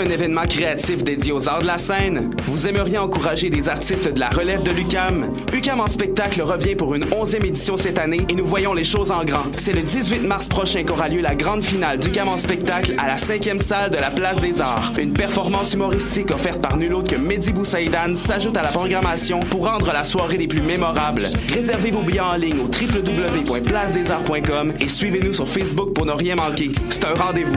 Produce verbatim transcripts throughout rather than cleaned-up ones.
un événement créatif dédié aux arts de la scène? Vous aimeriez encourager des artistes de la relève de l'U Q A M? U Q A M en spectacle revient pour une onzième édition cette année et nous voyons les choses en grand. C'est le dix-huit mars prochain qu'aura lieu la grande finale d'U Q A M en spectacle à la cinquième salle de la Place des Arts. Une performance humoristique offerte par nul autre que Mehdi Boussaïdan s'ajoute à la programmation pour rendre la soirée des plus mémorables. Réservez vos billets en ligne au w w w point place des arts point com et suivez-nous sur Facebook pour ne rien manquer. C'est un rendez-vous.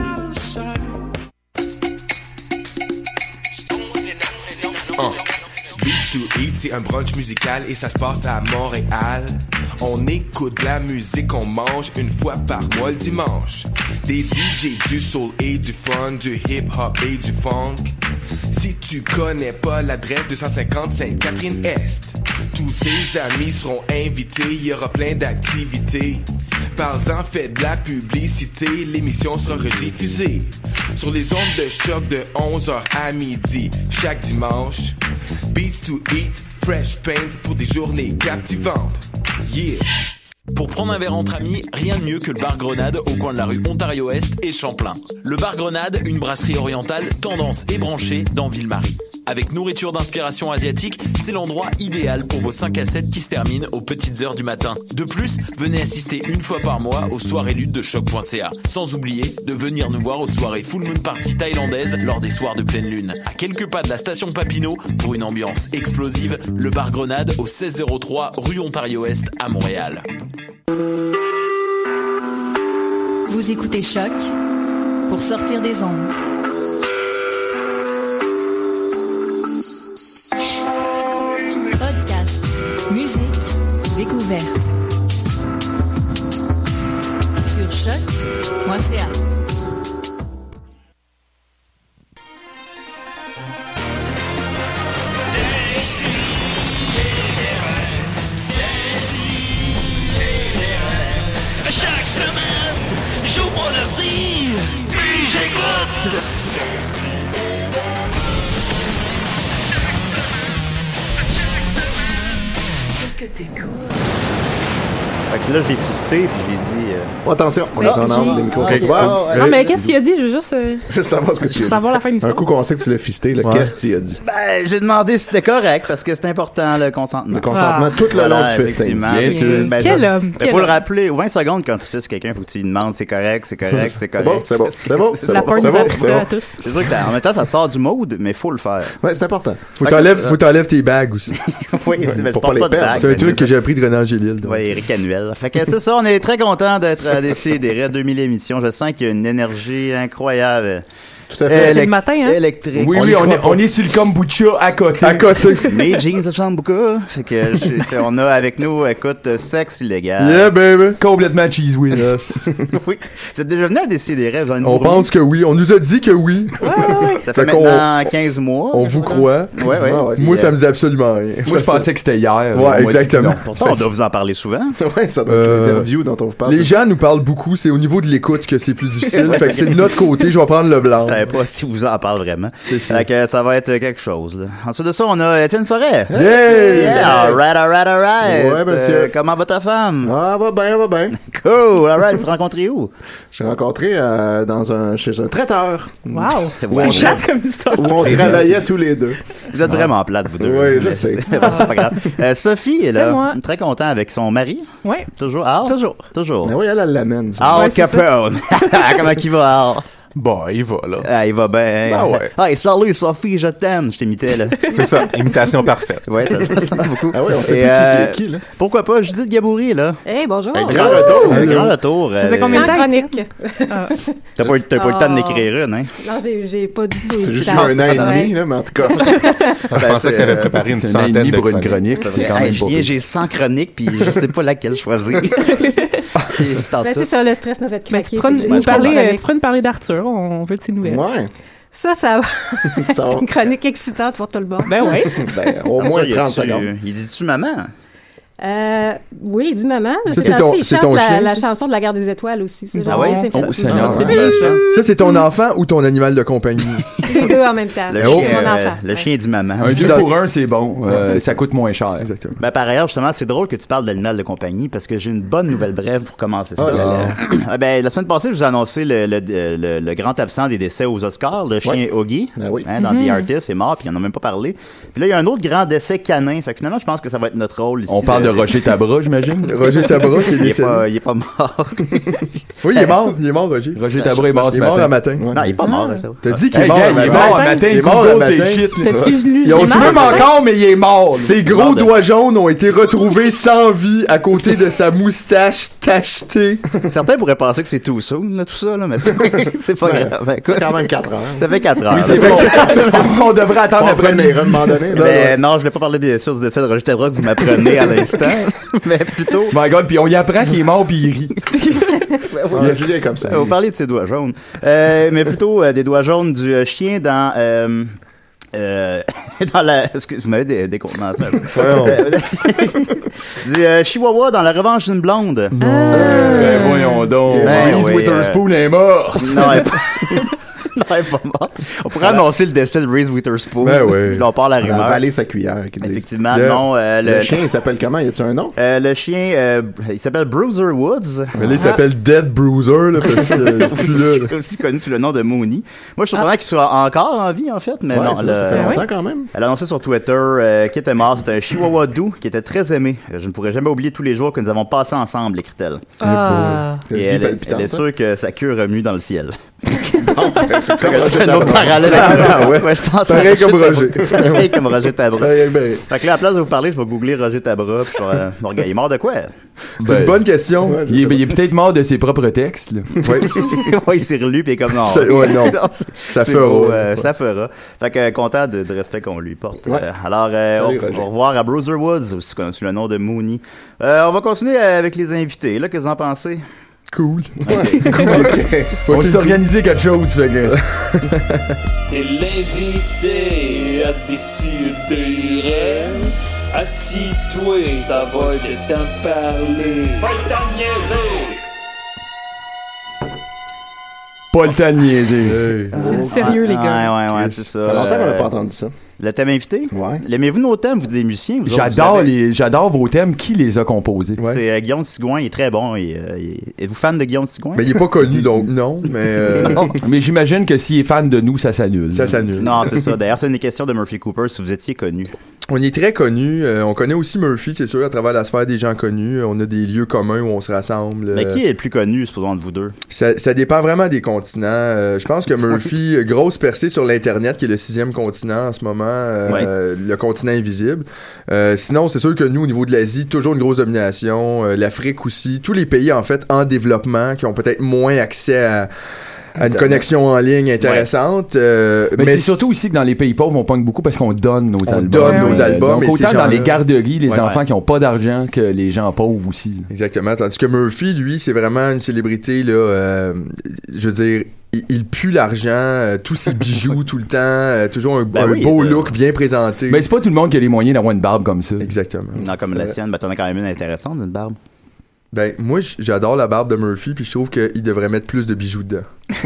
Uh. Beats to Eat, c'est un brunch musical et ça se passe à Montréal. On écoute de la musique, on mange une fois par mois le dimanche. Des D J, du soul et du fun, du hip-hop et du funk. Si tu connais pas l'adresse deux cent cinquante Sainte-Catherine-Est, tous tes amis seront invités, il y aura plein d'activités. Parle-en, fais de la publicité, l'émission sera rediffusée sur les ondes de choc de onze heures à midi chaque dimanche. Beats to Eat, fresh paint pour des journées captivantes. Yeah! Pour prendre un verre entre amis, rien de mieux que le bar Grenade au coin de la rue Ontario-Est et Champlain. Le bar Grenade, une brasserie orientale tendance et branchée dans Ville-Marie. Avec nourriture d'inspiration asiatique, c'est l'endroit idéal pour vos cinq à sept qui se terminent aux petites heures du matin. De plus, venez assister une fois par mois aux soirées luttes de choc point c a. Sans oublier de venir nous voir aux soirées Full Moon Party thaïlandaises lors des soirs de pleine lune. À quelques pas de la station Papineau, pour une ambiance explosive, le bar Grenade au seize zéro trois rue Ontario-Est à Montréal. Vous écoutez Choc pour sortir des ondes. Podcast, musique, découverte. Sur choc point c a. Chaque semaine, j'ouvre mon ordi, puis j'écoute. Qu'est-ce que t'écoutes? Fait que là, je l'ai pisté, puis j'ai dit... Euh... Oh, attention, on est en ordre, les micros sont ouverts. Non, mais qu'est-ce que tu as dit? Je veux juste... Euh... Je veux savoir ce que tu as dit. savoir la fin de l'histoire. Un coup qu'on sait que tu l'as fisté, là, Ouais. qu'est-ce que tu as dit? Ben, j'ai demandé si c'était correct, parce que c'est important, le consentement. Le consentement, Ah. tout le long Voilà, du festin. effectivement. Bien Fait sûr. que, ben, Quel ça- homme, ben, quel faut le homme. rappeler, vingt secondes quand tu fais quelqu'un, faut que tu lui demandes c'est correct, c'est correct, c'est C'est correct. bon, c'est bon, c'est bon, c'est La bon, peur c'est nous bon, a appris c'est ça bon. à tous. C'est sûr que ça, en même temps, ça sort du mode, mais faut le faire. Ouais, c'est important. Faut Fait que que t'enlèves, ça- faut que t'enlèves tes bagues aussi. Oui, c'est ben, pour je porte pas les pas de perdre. bague, C'est un mais truc c'est que ça. j'ai appris de Renan Gélil. donc. Ouais, Eric Annuel. Fait que c'est ça, on est très content d'être à Décideret deux mille émissions. Je sens qu'il y a une énergie incroyable. Tout à fait. C'est le matin, hein? Électrique. Oui, oui, on est, on est sur le kombucha à côté. À côté. Mes jeans de Chambuca. Fait que je- c'est- on a avec nous, écoute, sexe illégal. Yeah, baby. Complètement cheese whiz. Oui. Vous êtes déjà venu à Décideret, vous en avez On bourré? pense que oui. On nous a dit que oui. Ça fait Fait qu'on- maintenant quinze mois. On vous croit. Ouais, ouais. Ah ouais. Puis, Moi, ça euh, me dit absolument rien. Moi, je pensais que c'était hier. On m'a Ouais, dit que exactement. non. Pourtant, on doit vous en parler souvent. Ouais, ça doit être Euh, l'interview dont on vous parle. Les gens nous parlent beaucoup. C'est au niveau de l'écoute que c'est plus difficile. Fait que c'est de notre côté. Je vais prendre le blanc. Je savais pas si vous en parle vraiment. C'est ça. Fait que ça va être quelque chose, là. Ensuite de ça, on a Étienne Forêt. Hey! Yeah, alright, alright, alright. Ouais, monsieur. Euh, comment va ta femme? Ah, va bien, va bien. Cool, alright. Vous rencontrez où? J'ai rencontré euh, dans un, chez un traiteur. Wow! Ouais. C'est plate comme histoire. Où on C'est travaillait tous les deux. Vous êtes vraiment plate, vous deux. Oui, je Mais sais. C'est c'est pas grave. Euh, Sophie est là. C'est moi. Très content avec son mari. Ouais, Toujours Al? toujours. Toujours. Mais oui, elle, elle l'amène. ça. Al Ouais, c'est Capone. Comment il va, Al? Bah, il va, là. Ah, il va bien. Ben ouais. Ah, et salut, Sophie, je t'aime. Je t'imitais, là. C'est ça, imitation parfaite. Ouais, ça, ça sonne beaucoup. Ah oui, on sait Et, plus euh, qui, qui est qui, là. Pourquoi pas Judith Gabouri, là? Hey, bonjour. Un grand retour. Un grand retour. Ça faisait euh, combien de Sans temps? chronique. Ah. T'as pas, eu- t'as pas eu le temps de Ah. m'écrire une, hein? Non, j'ai, j'ai pas du tout C'est écouté juste la- eu un an et Ouais. demi, là, mais en tout cas. Je pensais que t'avais euh, préparé une c'est un an et centaine demi de pour une chroniques. chronique. C'est C'est quand hey, même je pas viens, pire. j'ai cent chroniques, puis je sais pas laquelle choisir. Tantôt. Ben, c'est ça, le stress m'a fait Ben, craquer. tu pourras fait que j'ai nous pas de parler, euh, chronique. tu pourras nous parler d'Arthur. On veut de ses nouvelles. Ouais. Ça, ça va. Ça va. Une chronique excitante pour tout le monde. Ben ouais. Ben, au Ah, moins ça, y trente a-tu- secondes. Il dit-tu maman? Euh, oui, dis maman. Ça, c'est ton- aussi, il c'est chante ton la, chien, la ça? chanson de la Guerre des Étoiles aussi. C'est Ah genre oui? bien Oh, sympa. Seigneur. C'est Ah, bien, ça. Ça, c'est ton enfant ou ton animal de compagnie? Les deux en même temps. Le, C'est chien, mon euh, enfant. le ouais. chien dit maman. Un deux pour un, c'est bon. Euh, Ouais, ça coûte moins cher. Exactement. Ben, par ailleurs, justement, c'est drôle que tu parles d'animal de compagnie parce que j'ai une bonne nouvelle brève pour commencer ça. Oh là là. Ah, ben, la semaine passée, je vous ai annoncé le, le, le, le grand absent des décès aux Oscars, le chien Ouais. Oggy, Ben oui. hein, dans The Artist, est mort, puis il en a même pas parlé. Puis là, il y a un autre grand décès canin. Fait que finalement, je pense que ça va être notre rôle ici. On parle de Roger Tabra, j'imagine. Roger Tabra qui est Il est décédé. pas, il est pas mort. Oui, il est mort. Il est mort, Roger. Roger Tabra est mort ce Il est mort matin. à matin. Non, il est pas mort. ça. T'as dit qu'il est Hey, mort gars, à il est matin. mort à matin. Il est mort à Google matin. tes shit, là. T'as-tu lu Ils ont les fume marques? encore, mais il est mort. là. Ses gros Mort de- doigts jaunes ont été retrouvés sans vie à côté de sa moustache tachetée. Certains pourraient penser que c'est tout soon, là, tout ça, là, mais c'est c'est pas grave. Ben, écoute, Quand même quatre heures. ça fait quatre heures. Oui, c'est là. bon. On devrait attendre après mais le à un moment donné. là, Ben, non, je voulais pas parler bien sûr du décès de Roger Tabra que vous m'apprenez à l'instant, mais plutôt. My God, puis on y apprend qu'il est mort puis il rit. ouais, Julien est comme ça. Vous parlez de ses doigts jaunes. Euh, mais plutôt euh, des doigts jaunes du euh, chien dans... Euh, euh, dans la... Excuse, vous m'avez dé- décontenancé un peu. Euh, du euh, Chihuahua dans La Revanche d'une blonde. Ben voyons donc. Ben Reese oui, Witherspoon est morte. Non, elle est pas... non, elle est pas morte. On pourrait annoncer le décès de Reese Witherspoon. Ben oui. Puis là, on part la Il a rumeur. avalé sa cuillère. Qui dit. Effectivement, Le- non. Euh, Le chien, il s'appelle comment? Y a-tu un nom? Euh, le chien, euh, il s'appelle Bruiser Woods. Mais là, il s'appelle Dead Bruiser, là, parce qu'il est plus là, là. Aussi connu sous le nom de Mooney. Moi, je suis surprenant qu'il soit encore en vie, en fait, mais Ouais, non. ça, le- ça fait Ah longtemps oui? quand même. Elle a annoncé sur Twitter euh, qu'il était mort. C'était un chihuahua doux qui était très aimé. Je ne pourrai jamais oublier tous les jours que nous avons passés ensemble, écrit-elle. Ah. Une Et vie elle, est- palpitante, elle est hein? sûre que sa queue remue dans le ciel. C'est comme Roger Un autre Tabra. parallèle avec Ah, ouais. je pense Pareil à comme Roger. Tabra. Pareil comme Roger Tabra. Ouais, ben, Fait que là, à la place de vous parler, je vais googler Roger Tabra. Puis je vais, euh, me regarder. Il est mort de quoi? c'est Ben, une bonne question. Ouais, je Il sais est, il est peut-être mort de ses propres textes. Là. Ouais. Ouais, il s'est relu, puis il est comme non. Ça- ouais, non. c'est- Ça c'est fera. beau, euh, ça fera. Fait que euh, content de, de respect qu'on lui porte. Ouais. Euh, alors, euh, Salut, au, Roger. au revoir à Bruiser Woods, aussi connu sous le nom de Mooney. Euh, on va continuer avec les invités. Là, qu'est-ce que vous en pensez? Cool. On s'est organisé quelque chose. Fait que... T'es l'invité à décider. Assis-toi, ça va de t'en parler. Va t'en niaiser! Pas le temps de niaiser. Hey. C'est du sérieux, les gars. Ouais, ouais, ouais, Chris. c'est Ça ça. fait longtemps qu'on n'a Euh, pas entendu ça. Le thème invité? Ouais. L'aimez-vous nos thèmes, vous des musiciens? vous autres, J'adore vous savez? les, j'adore vos thèmes. Qui les a composés? Ouais. C'est euh, Guillaume Sigouin, il est très bon. Et, euh, il- Êtes-vous fan de Guillaume Sigouin? Mais il est pas connu, donc non, mais euh, Mais j'imagine que s'il est fan de nous, ça s'annule. ça s'annule. Non, c'est ça. D'ailleurs, c'est une des questions de Murphy Cooper, si vous étiez connu. On est très connu. euh, on connaît aussi Murphy, c'est sûr, à travers la sphère des gens connus. On a des lieux communs où on se rassemble. Mais euh, qui est le plus connu, supposons, de vous deux? Ça, ça dépend vraiment des continents. Euh, je pense que Murphy, grosse percée sur l'Internet, qui est le sixième continent en ce moment, euh, le continent invisible. Euh, sinon, c'est sûr que nous, au niveau de l'Asie, toujours une grosse domination. Euh, L'Afrique aussi. Tous les pays, en fait, en développement, qui ont peut-être moins accès à, à une connexion en ligne intéressante. Euh, Mais, c'est surtout aussi que dans les pays pauvres, on pogne beaucoup parce qu'on donne nos On albums. donne nos albums, Donc, et autant ces dans gens-là- les garderies, les Ouais. enfants qui n'ont pas d'argent que les gens pauvres aussi. Exactement. Tandis que Murphy, lui, c'est vraiment une célébrité, là. euh, je veux dire, il, il pue l'argent, euh, tous ses bijoux tout le temps, euh, toujours un, Ben un oui, beau euh, look bien présenté. Mais c'est pas tout le monde qui a les moyens d'avoir une barbe comme ça. Exactement. Non, comme la sienne, ben, t'en as quand même une intéressante, une barbe. Ben, moi, j- j'adore la barbe de Murphy, puis je trouve qu'il devrait mettre plus de bijoux dedans.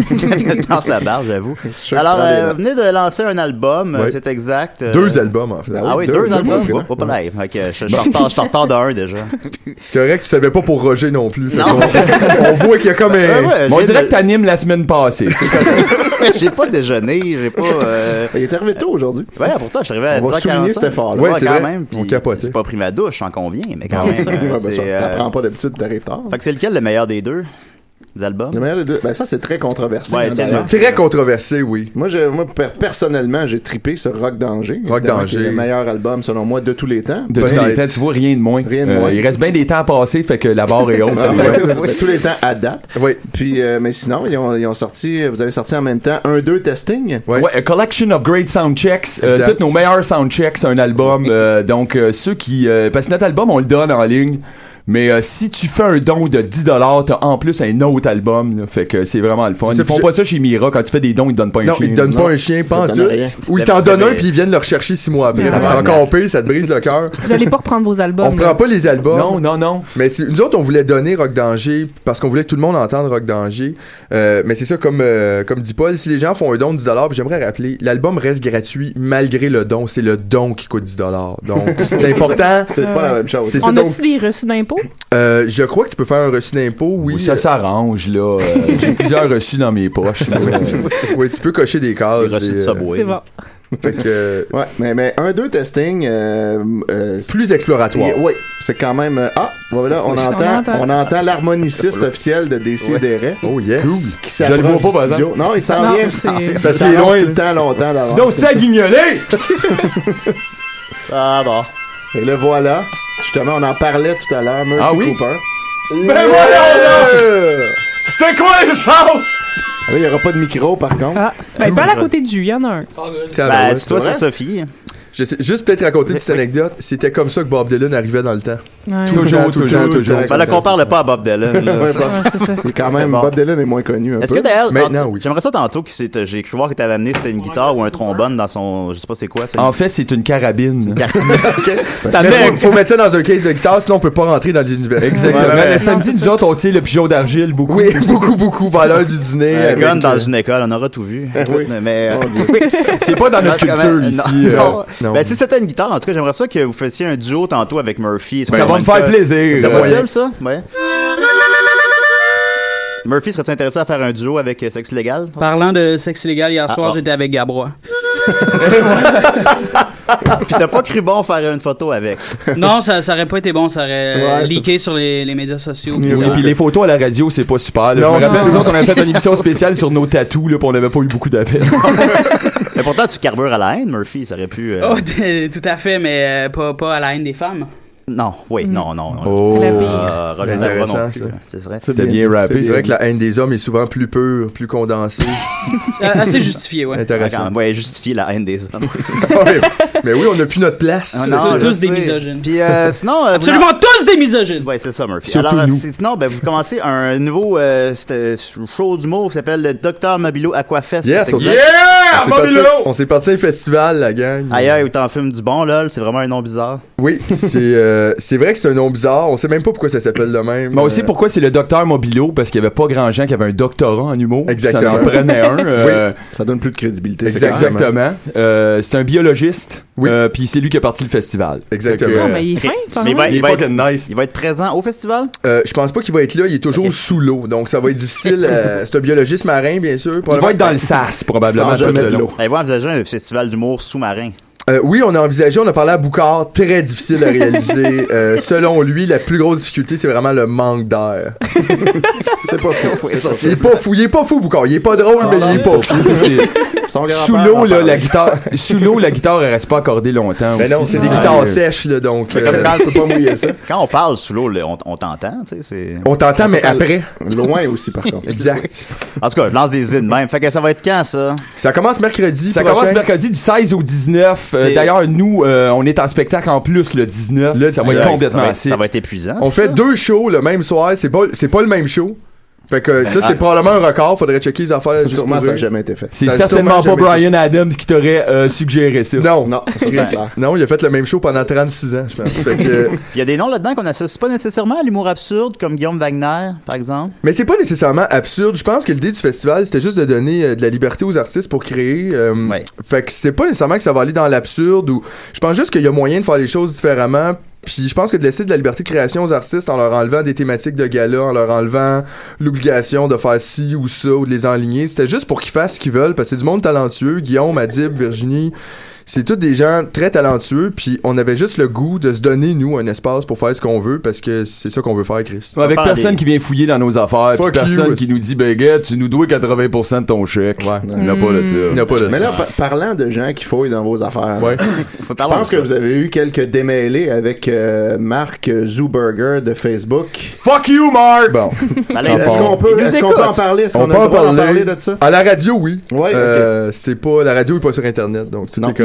Dans sa barbe, j'avoue. Je Alors, prends des euh, notes. venez de lancer un album, euh, Ouais. c'est exact. euh, Deux albums, en fait. Ben Ah oui, deux, deux, deux albums. boucles, Oh, pas pas live. Ok, je je suis en retard- je suis en retard d'un déjà. C'est correct, tu savais pas pour Roger non plus. Fait Non. qu'on- on voit qu'il y a comme un... Ouais, ouais, Mais on j'ai dirait de- que t'animes la semaine passée. C'est correct. J'ai pas déjeuné, j'ai pas. euh, Il est arrivé tôt aujourd'hui. Ouais, pourtant, je suis arrivé à On va dix heures quarante-cinq. souligner cet effort-là. Ouais, c'est quand vrai. même. On puis capotait. J'ai pas pris ma douche, j'en conviens, mais quand même. Ouais, euh, ben ça, c'est, euh, t'apprends pas d'habitude, t'arrives tard. Fait que c'est lequel le meilleur des deux? Des albums? Le meilleur des deux. Ben ça, c'est très controversé. Ouais, hein, c'est d'ailleurs. ça. Très controversé, oui. Moi, je, moi per- personnellement, j'ai trippé sur Rock Danger. Rock évidemment, Danger. qui est le meilleur album, selon moi, de tous les temps. De Peut-être. tous les temps, tu vois rien de moins. Rien de Euh, moins. il reste bien des temps à passer, fait que la barre est haute. Ah, ouais, c'est ça. Ben, tous les temps à date. Oui. Puis, euh, mais sinon, ils ont, ils ont sorti, vous avez sorti en même temps un deux testing. Ouais. Ouais, a collection of great sound checks. Euh, Exact. tous nos meilleurs sound checks, un album. euh, donc, euh, ceux qui... euh, parce que notre album, on le donne en ligne. Mais euh, si tu fais un don de dix dollars, t'as en plus un autre album. Là. Fait que c'est vraiment le fun. Ils font pas ça chez Mira. Quand tu fais des dons, ils te donnent pas un non, chien. Non, ils te donnent pas un chien, pas en tout. Ou ils t'en donnent un, puis ils viennent le rechercher six mois après. C'est encore pire, ça te brise le cœur. Vous allez pas reprendre vos albums. On prend pas les albums. Non, non, non. Mais nous autres, on voulait donner Rock Danger parce qu'on voulait que tout le monde entende Rock Danger. Euh, mais c'est ça, comme, euh, comme dit Paul, si les gens font un don de dix dollars, puis j'aimerais rappeler, l'album reste gratuit malgré le don. C'est le don qui coûte dix dollars. Donc, c'est important. C'est pas la même chose. C'est On a-tu des reçus d'impôts? Euh, je crois que tu peux faire un reçu d'impôt, oui. oui ça s'arrange, là. Euh, j'ai plusieurs reçus dans mes poches. Oui, tu peux cocher des cases. Des reçus de Subway. C'est bon. Fait que, euh, ouais, mais, mais un deux testing euh, euh, plus exploratoire. Oui, c'est quand même euh, ah, voilà, on entend on entend l'harmoniciste officiel de Décideret. Oh yes. Cool. Qui je le vois pas par exemple. Non, il s'en vient. C'est parce qu'il est loin tout le temps longtemps d'avance. Donc ça guignolé. Ah bon. Et le voilà. Justement, on en parlait tout à l'heure, Murphy ah, oui? Cooper. Ben voilà. C'était quoi les chances? Là, il n'y aura pas de micro, par contre. Ah, ben, pas à côté de Ju, il y en a un. Ben, c'est toi sur Sophie. Je sais, juste peut-être raconter une petite anecdote. C'était comme ça que Bob Dylan arrivait dans le temps. Ouais. Toujours, toujours, toujours. toujours. Ben là, qu'on parle pas à Bob Dylan. ouais, ouais, c'est ça. Et quand même, bon. Bob Dylan est moins connu. Un Est-ce peu. que d'ailleurs, maintenant, oui. J'aimerais ça tantôt que c'est, j'ai cru voir que t'avais amené c'était une guitare ou un trombone dans son, je sais pas c'est quoi. En fait, c'est une carabine. okay. Il faut mettre ça dans un case de guitare, sinon on peut pas rentrer dans l'université. Exactement. Ouais, ouais. Le samedi, nous autres, on tire le pigeon d'argile beaucoup. Oui, beaucoup, beaucoup. Valeur du dîner. Un gun dans une école, on aura tout vu. Oui. Mais c'est pas dans notre culture ici. Ben si c'était une guitare, en tout cas, j'aimerais ça que vous fassiez un duo tantôt avec Murphy. Ça va me faire plaisir. C'est possible, ça? Ouais. Murphy, serais-tu intéressé à faire un duo avec Sexe Illégal? Parlant de Sexe Illégal, hier ah, soir, oh. j'étais avec Gabrois. Puis t'as pas cru bon faire une photo avec? Non, ça, ça aurait pas été bon, ça aurait ouais, leaké sur les, les médias sociaux. Oui, oui, puis les photos à la radio, c'est pas super. Là. Non, je me rappelle, nous autres, on avait fait une émission spéciale sur nos tatous, là, puis on n'avait pas eu beaucoup d'appels. Mais pourtant, tu carbures à la haine, Murphy, ça aurait pu... Euh... Oh, tout à fait, mais euh, pas, pas à la haine des femmes. Non, oui, mm. non, non. Oh, c'est la pire. Euh, intéressant, non plus, c'est vrai. C'était bien, bien rappé. C'est vrai que la haine des hommes est souvent plus pure, plus condensée. Assez justifié, ouais. Intéressant. Ouais, justifier la haine des hommes. ouais, mais oui, on n'a plus notre place. Ah, non, tous des misogynes. Puis euh, sinon, euh, absolument vous... tous des misogynes. Ouais, c'est ça, Murphy. Surtout Alors, nous. Sinon, ben vous commencez un nouveau euh, show d'humour qui s'appelle le Docteur Mobilo Aquafest. Yes, on yeah, Mobilo. On s'est parti à un festival, la gang. Aïe, aïe, où t'en fumes du bon, lol. C'est vraiment un nom bizarre. Oui, c'est euh, c'est vrai que c'est un nom bizarre. On sait même pas pourquoi ça s'appelle de même. Mais aussi pourquoi c'est le docteur Mobilo, parce qu'il y avait pas grand gens qui avaient un doctorat en humour. Exactement. Ça en prenait un. Euh, oui. Ça donne plus de crédibilité. Exactement. Euh, c'est un biologiste. Oui. Euh, puis c'est lui qui a parti le festival. Exactement. Que, euh, oh, mais il est fin, mais il va, il, il, va être, nice. il va être présent au festival? Euh, je pense pas qu'il va être là. Il est toujours okay. sous l'eau. Donc ça va être difficile. Euh, c'est un biologiste marin, bien sûr. Il va être dans le sas, probablement. Sans jamais de l'eau. Allez voir envisager un festival d'humour sous-marin. Euh, oui, on a envisagé, on a parlé à Boucard, très difficile à réaliser. euh, selon lui, la plus grosse difficulté, c'est vraiment le manque d'air. C'est pas fou. C'est, ça, c'est pas fou. Il est pas fou, Boucard. Il est pas drôle, mais il est pas fou. Sous l'eau, là, la guitare, sous l'eau, la guitare, elle reste pas accordée longtemps. Ben non, c'est des guitares sèches, là, donc. Euh, quand, je peux pas mouiller ça. Quand on parle sous l'eau, là, on, on t'entend, tu sais, c'est. On t'entend, mais après. Loin aussi, par contre. Exact. En tout cas, je lance des idées même. Fait que ça va être quand, ça? Ça commence mercredi. Ça prochain. commence mercredi du seize au dix-neuf. Euh, d'ailleurs, nous, euh, on est en spectacle en plus le dix-neuf. Le ça va être complètement assez. Ça va être épuisant. On fait deux shows le même soir. C'est pas, c'est pas le même show. Fait que ça, c'est probablement un record. Faudrait checker les affaires. Sûrement, ça n'a jamais été fait. C'est certainement pas Brian Adams qui t'aurait euh, suggéré ça. Non. Non, ça, c'est clair. Non, il a fait le même show pendant trente-six ans, je pense. Fait que... Il y a des noms là-dedans qu'on n'associe pas nécessairement à l'humour absurde, comme Guillaume Wagner, par exemple. Mais c'est pas nécessairement absurde. Je pense que l'idée du festival, c'était juste de donner euh, de la liberté aux artistes pour créer. Euh, ouais. Fait que c'est pas nécessairement que ça va aller dans l'absurde ou... Je pense juste qu'il y a moyen de faire les choses différemment. Puis je pense que de laisser de la liberté de création aux artistes en leur enlevant des thématiques de gala, en leur enlevant l'obligation de faire ci ou ça ou de les enligner, c'était juste pour qu'ils fassent ce qu'ils veulent, parce que c'est du monde talentueux. Guillaume, Adib, Virginie, c'est tous des gens très talentueux, puis on avait juste le goût de se donner, nous, un espace pour faire ce qu'on veut, parce que c'est ça qu'on veut faire, Chris. Ouais, avec personne des... qui vient fouiller dans nos affaires, puis personne you, qui nous dit, ben gars, tu nous dois quatre-vingts pour cent de ton chèque. Ouais. Il n'y a pas de ça. Il n'y a pas de Mais là, par- parlant de gens qui fouillent dans vos affaires, ouais. je pense que vous avez eu quelques démêlés avec euh, Mark Zuckerberg de Facebook. Fuck you, Mark! Bon. Est-ce qu'on peut, est-ce qu'on peut en parler? Est-ce on qu'on peut a en le droit parler. d'en parler de ça? À la radio, oui. Ouais, euh, okay. C'est pas, la radio est pas sur Internet, donc tout non. est correct.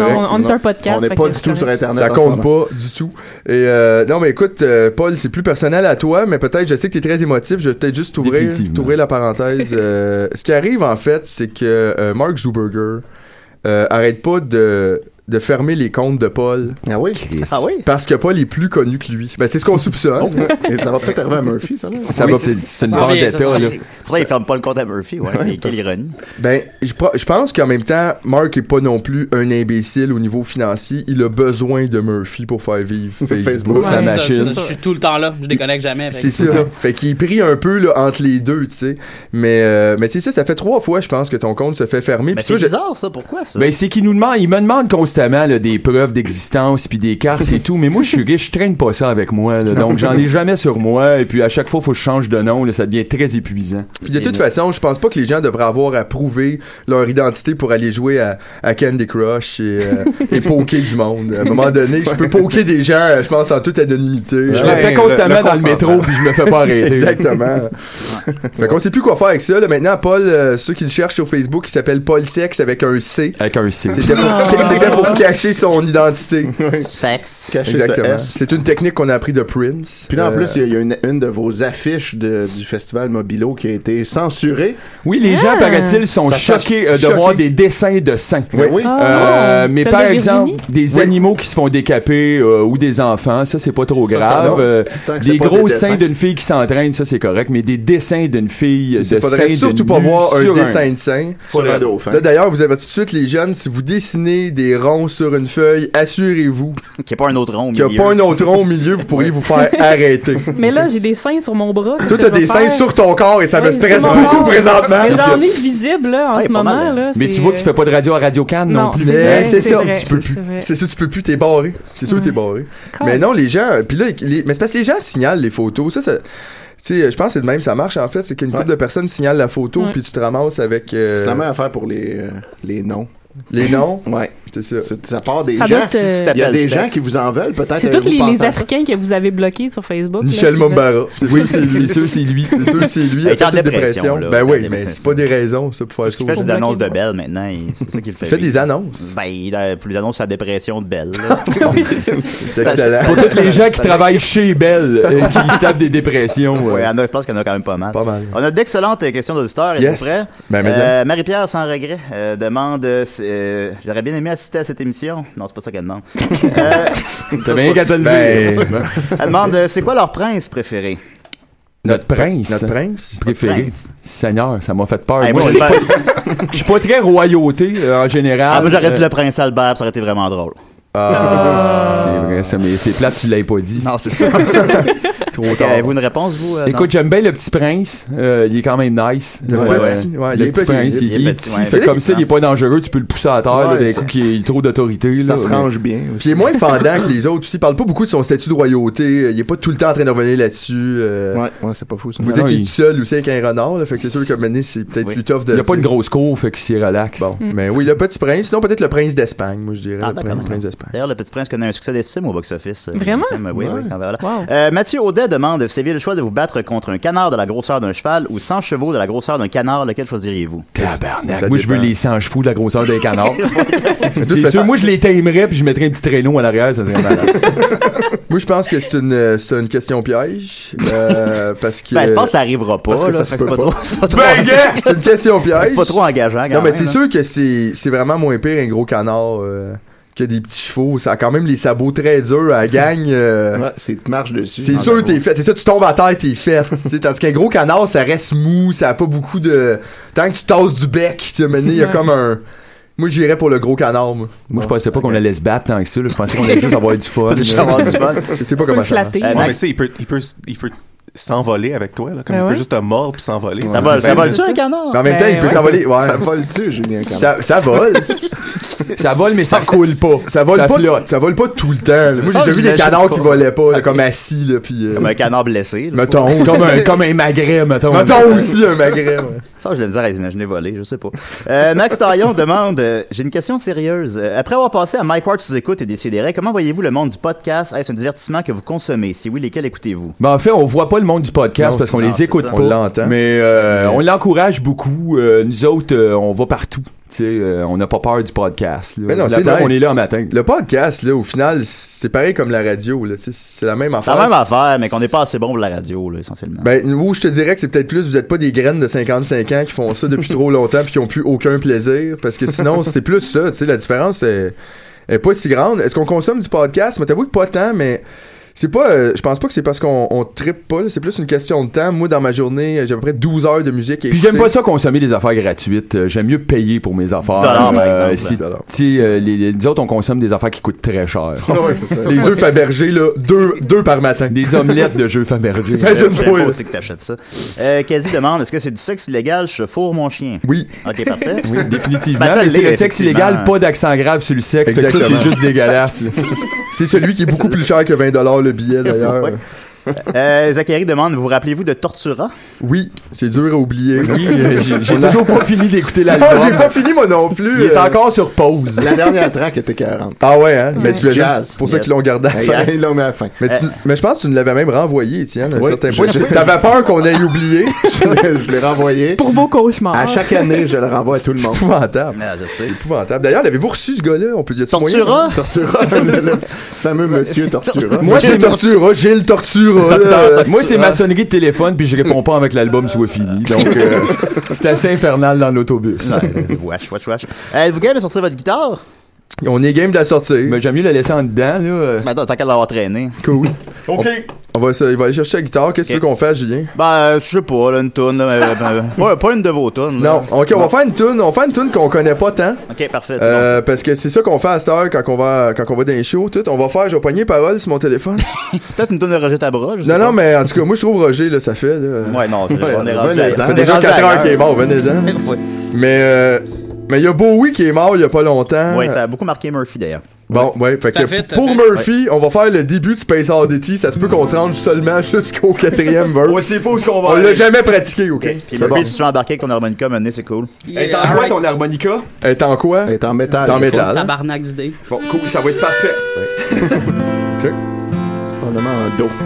non, on est un podcast. On n'est fait pas que du c'est tout sur correct. Internet. Ça en ce compte moment. pas du tout. Et euh, non, mais écoute, euh, Paul, c'est plus personnel à toi, mais peut-être, je sais que tu es très émotif. Je vais peut-être juste t'ouvrir, Définitivement. t'ouvrir la parenthèse. Euh, ce qui arrive, en fait, c'est que euh, Mark Zuckerberg euh, arrête pas de, de fermer les comptes de Paul. Ah oui? Ah oui? Parce que Paul est plus connu que lui. Ben, c'est ce qu'on soupçonne. Et ça va peut-être arriver à Murphy, ça, là. Ça Oui, va- c'est, c'est une Ça revient, ça vendetta, revient. là. Pourquoi il ferme pas le compte à Murphy? Ouais, c'est- quelle ironie. Ben, je, pro- je pense qu'en même temps, Mark est pas non plus un imbécile au niveau financier. Il a besoin de Murphy pour faire vivre Facebook. Facebook. Ouais, sa c'est ça, machine. c'est ça. Je suis tout le temps là. Je déconnecte jamais. fait C'est que- ça. Fait qu'il est pris un peu là, entre les deux, tu sais. Mais, euh, mais c'est ça, ça fait trois fois, je pense, que ton compte se fait fermer. Mais Puis c'est toi, je- bizarre, ça. Pourquoi, ça? Ben, c'est qu'il nous demande, il me demande constamment là, des preuves d'existence puis des cartes et tout, mais moi je suis riche, je traîne pas ça avec moi, là, donc j'en ai jamais sur moi et puis à chaque fois faut que je change de nom, là, ça devient très épuisant. Puis de toute façon, je pense pas que les gens devraient avoir à prouver leur identité pour aller jouer à, à Candy Crush et, euh, et poker du monde. À un moment donné, je peux poker des gens, euh, je pense, en toute anonymité. Je Euh, le fais le- constamment le dans le métro consentement. puis je me fais pas arrêter. Exactement. Fait qu'on sait plus quoi faire avec ça. Là. Maintenant, Paul, euh, ceux qui le cherchent sur Facebook, il s'appelle Paul Sex avec un C. Avec un C. C'était pour, c'était pour cacher son identité. Sexe. Caché Exactement. ce S. C'est une technique qu'on a appris de Prince. Puis là, en Euh, plus, il y a, il y a une, une de vos affiches de, du festival Mobilo qui a été censurée. Oui, les gens, Ah. paraît-il, sont Ça choqués euh, de choqués. voir des dessins de seins. Oui, oui. Euh, Oh, mais celle par de exemple, Virginie? des Oui. animaux qui se font décaper euh, ou des enfants, ça c'est pas trop Ça, ça, grave. non. Euh, Tant que c'est des pas gros des seins dessins. d'une fille qui s'entraîne, ça c'est correct, mais des dessins d'une fille, Il de faudrait seins surtout de pas nu voir un sur dessin de sein. Sur un dauphin. Là, d'ailleurs, vous avez tout de suite, les jeunes, si vous dessinez des ronds sur une feuille, assurez-vous Qu'il n'y a pas un autre rond au qu'il n'y milieu. a pas un autre rond au milieu, vous pourriez vous faire arrêter. Mais là, j'ai des seins sur mon bras. Toi, t'as des seins sur ton corps et ça me Ouais, stresse sur mon beaucoup corps. présentement. Mais j'en ai visible, là, en Ouais, ce pas moment, mal. là. Mais c'est- tu vois que tu fais pas de radio à Radio Cannes non, Non, plus. c'est Mais vrai, c'est c'est ça, vrai, tu peux c'est plus. vrai. C'est ça, tu peux plus, t'es barré. C'est sûr, Ouais. t'es barré. Cool. Mais non, les gens, puis là, les- mais c'est parce que les gens signalent les photos. Ça, ça. Tu sais, je pense que c'est de même, ça marche en fait. C'est qu'une Ouais. couple de personnes signalent la photo, Ouais. puis tu te ramasses avec euh, C'est la même affaire pour les, euh, les noms. les noms. Ouais. C'est ça. C'est- Ça part des Ça gens. doit être, euh, Il y a des sexe. gens qui vous en veulent, peut-être. C'est tous avez-vous les, pensé les à ça? Africains que vous avez bloqués sur Facebook. là, Michel qui Mombara. C'est Oui, sûr, c'est c'est sûr, c'est lui. C'est sûr, c'est lui. Il Il a est en fait une dépression, dépression. là. Ben Il est en oui, mais dépression. c'est pas des raisons, ça, pour faire ça. Il fait Pour des annonces de bloquer. Belle maintenant. il- C'est ça qu'il fait. Il fait lui. des annonces. Ben, il a plus d'annonces sur la dépression de Belle. là. C'est excellent. Pour tous les gens qui travaillent chez Bell, euh, qui se tapent des dépressions. Ouais, euh. il y en a, je pense qu'il y en a quand même pas mal. Pas mal. On a d'excellentes euh, questions d'auditeurs. Êtes-vous Yes. prêts? Ben, mais Euh, Marie-Pierre, sans regret, euh, demande euh, c'est, euh, j'aurais bien aimé assister à cette émission. Non, c'est pas ça qu'elle demande. Euh, T'as bien qu'à te lever. Ben, elle demande euh, c'est quoi leur prince préféré? Notre prince. Notre prince. Préféré. Prince. Seigneur, ça m'a fait peur. Hey, moi, moi, je j'ai suis pas- je suis pas très royauté euh, en général. Ah, moi, j'aurais dit Euh, le prince Albert, ça aurait été vraiment drôle. Ah, c'est vrai, ça, mais c'est plate, tu l'avais pas dit. Non, c'est ça. Trop Ok, tard. avez-vous une réponse, vous? euh, Écoute, j'aime bien le petit prince. Euh, il est quand même nice. Le Ouais, petit, ouais. ouais, il le est petit petit, prince, il, il est il est petit, petit. ouais. Fait comme ça, il est pas dangereux. Tu peux le pousser à terre là, Ouais, d'un ça- coup qu'il a trop d'autorité. Ça là, se mais- range bien. Puis il est moins fendant que les autres aussi. Il parle pas beaucoup de son statut de royauté. Il est pas tout le temps en train de revenir là-dessus. Euh, Ouais, ouais, c'est pas fou ça. Vous dites Non, qu'il est il- tout seul aussi avec un renard. Là, fait que c'est sûr que maintenant, c'est peut-être Oui. plus tough de. Il y a pas une tu sais. grosse cour, fait qu'il s'y relaxe. Bon, mais oui, le petit prince. Sinon, peut-être le prince d'Espagne, moi, je dirais. Ah, le d'accord, prince, d'accord. prince d'Espagne. D'ailleurs, le Petit Prince connaît un succès d'estime au box-office. euh, Vraiment? film, Oui, Ouais. oui. Ah, voilà. Wow. Euh, Mathieu Audet demande si vous aviez le choix de vous battre contre un canard de la grosseur d'un cheval ou cent chevaux de la grosseur d'un canard, lequel choisiriez-vous? Tabarnak. Ça Moi, je veux dépend. les cent chevaux de la grosseur d'un canard. C'est c'est sûr, moi, je les taimerais puis je mettrais un petit traîneau à l'arrière, ça serait malade. Moi, je pense que c'est une, euh, c'est une question piège. euh, parce que. Ben, je pense que ça arrivera pas. parce que là. ça se Fait peut c'est pas pas. trop. C'est pas trop, Ben, gars, c'est une question piège. c'est pas trop engageant. quand Non, mais même, c'est là. sûr que c'est c'est vraiment moins pire un gros canard euh, que des petits chevaux. Ça a quand même les sabots très durs à la gagne. euh, Ouais, c'est tu marches dessus. C'est En sûr, gros. t'es fait. C'est ça, tu tombes à terre, t'es fait. Tu sais, tandis qu'un gros canard, ça reste mou, ça a pas beaucoup de. Tant que tu tasses du bec, tu sais, maintenant, il y a Ouais. comme un. Moi, j'irais pour le gros canard, moi. Moi, je pensais pas qu'on allait se battre tant que ça. là. Je pensais qu'on allait juste avoir du fun. Juste là. avoir du fun. Je sais pas Tu peux comment le ça marche. flatter. Euh, Ouais, Max- mais tu sais, il peut, il peut, il peut s'envoler avec toi, là. Comme Ben il ouais. peut juste te mordre puis s'envoler. Ça C'est- vole, c'est- ça vole-tu un canard? Mais en même temps, il Ben peut ouais. s'envoler. Ouais. Ça vole-tu, Julien, quand même? Ça, ça vole. Ça vole, mais ça coule pas. Ça vole Ça pas. flotte. Ça vole pas tout le temps. là. Moi, j'ai Ah, déjà vu des j'imagine canards pas. qui volaient pas, là, comme assis, là, puis. euh, Comme un canard blessé. là. Mettons. Comme un, comme un magret, mettons. Mettons aussi un magret. ouais. Ça, je le disais à les imaginer voler, je sais pas. Euh, Max Taillon demande, euh, j'ai une question sérieuse. Euh, après avoir passé à Mike Ward sous écoute et Décideret, comment voyez-vous le monde du podcast? Est-ce un divertissement que vous consommez? Si oui, lesquels écoutez-vous? Ben, en fait, on voit pas le monde du podcast Non, parce qu'on c'est les ça, écoute c'est pas. ça. On l'entend. Mais euh, on l'encourage beaucoup. Euh, nous autres, euh, on va partout. Tu Tu sais, euh, on n'a pas peur du podcast. Là. Mais non, La c'est preuve, nice. on est là en matin. Le podcast, là, au final, c'est pareil comme la radio. Là, c'est la même C'est affaire. la même affaire, mais qu'on n'est pas assez bon pour la radio, là, essentiellement. Ben, où je te dirais que c'est peut-être plus, vous êtes pas des graines de cinquante-cinq ans qui font ça depuis trop longtemps puis qui ont plus aucun plaisir. Parce que sinon, c'est plus ça. Tu sais, la différence est, est pas si grande. Est-ce qu'on consomme du podcast? Mais t'avoues que pas tant, mais. C'est pas, euh, je pense pas que c'est parce qu'on on trippe pas, là, c'est plus une question de temps. Moi, dans ma journée, j'ai à peu près douze heures de musique. Puis j'aime pas ça consommer des affaires gratuites. Euh, J'aime mieux payer pour mes affaires. dollars, par Euh, exemple. si, si, euh, les, les, nous autres, on consomme des affaires qui coûtent très cher. Ouais, c'est ça. Les œufs Fabergé, là, deux, deux par matin. Des omelettes de jeux Fabergé. Imagine-toi. C'est que t'achètes ça. Euh, Quasi demande, est-ce que c'est du sexe illégal? Je fourre mon chien. Oui. Ok, parfait. Oui, définitivement. Ben, ça mais c'est l'est, le sexe effectivement. illégal, pas d'accent grave sur le sexe. Fait que ça, Exactement. c'est juste dégueulasse. là. C'est celui qui est beaucoup plus cher que vingt dollars le billet, d'ailleurs. Ouais. Euh, Zachary demande, vous vous rappelez-vous de Tortura? Oui, c'est dur à oublier. Oui, euh, j'ai j'ai On a- toujours pas fini d'écouter Non, l'album. j'ai pas fini, moi non plus. Il est euh. encore sur pause. La dernière track était quarante. Ah ouais, hein? Mais tu l'as Jazz. juste pour ça Yes. qu'ils l'ont gardé à la fin. Ils l'ont mis à la fin. Mais, tu- mais je pense que tu nous l'avais même renvoyé, Étienne, à un Oui. certain Oui, point. je- T'avais peur qu'on ait oublié. je l'ai- je l'ai renvoyé. Pour vos cauchemars. À chaque année, je le renvoie à tout le monde. C'est épouvantable. Ah, je sais. C'est épouvantable. D'ailleurs, l'avez-vous reçu ce gars-là? On peut dire Tortura? Tortura, le fameux monsieur Tortura. Moi, c'est Tortura, Gilles Tortura. là. Moi, c'est maçonnerie de téléphone, puis je réponds pas avec l'album soit fini. Donc, euh, c'est assez infernal dans l'autobus. Ouais, wesh, wesh, wesh. Euh, vous game de sortir votre guitare? On est game de la sortir. Mais j'aime mieux la laisser en dedans, là. Ben, attends, tant qu'à l'avoir traîné. Cool. OK. On va, essayer- il va aller chercher la guitare. Qu'est-ce que Ok. tu veux qu'on fasse, Julien? Ben, euh, je sais pas, là, une toune, là, euh, ben, pas, pas une de vos tounes. là. Non, ok, on va faire une tune. On va faire une tune qu'on connaît pas tant. Ok, parfait, c'est Euh, parce que c'est ça qu'on fait à cette heure quand on va, quand on va dans les shows. Tout. On va faire, je vais pogner parole sur mon téléphone. bon. Peut-être une toune de Roger Tabra, je sais non, pas. non, mais en tout cas, moi, je trouve Roger, là, ça fait. Là, Ouais, non, c'est Ouais, on est venez-en. rendu Ça à- fait ça fait on est déjà rendu quatre heures ailleurs. qu'il est mort, venez-en. Ouais. Mais, euh, mais il y a Bowie qui est mort il y a pas longtemps. Ouais, ça a beaucoup marqué Murphy d'ailleurs. Bon, ouais, fait Tout à que fait, tout à pour fait. Murphy, on va faire le début de Space Oddity. Ça se peut qu'on se rende seulement jusqu'au quatrième verse. On sait pas où est-ce qu'on va On l'a aller. jamais pratiqué, ok? Puis C'est Murphy, bon. si tu veux embarquer avec ton harmonica, maintenant, c'est cool. Elle est en quoi, ton harmonica? Elle est en quoi? Elle est en métal. Elle est en des fois. métal. Tabarnak d'idées. Bon, cool, ça va être parfait. Ok. C'est probablement un do.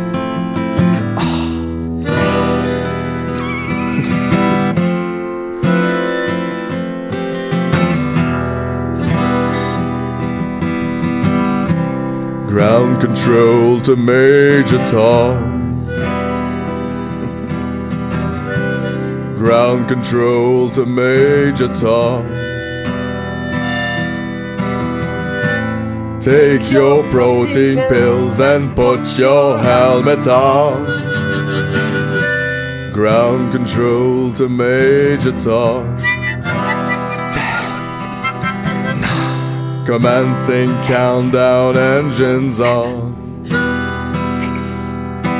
Ground control to Major Tom. Ground control to Major Tom. Take your protein pills and put your helmet on. Ground control to Major Tom. Commencing countdown, engines on. Six.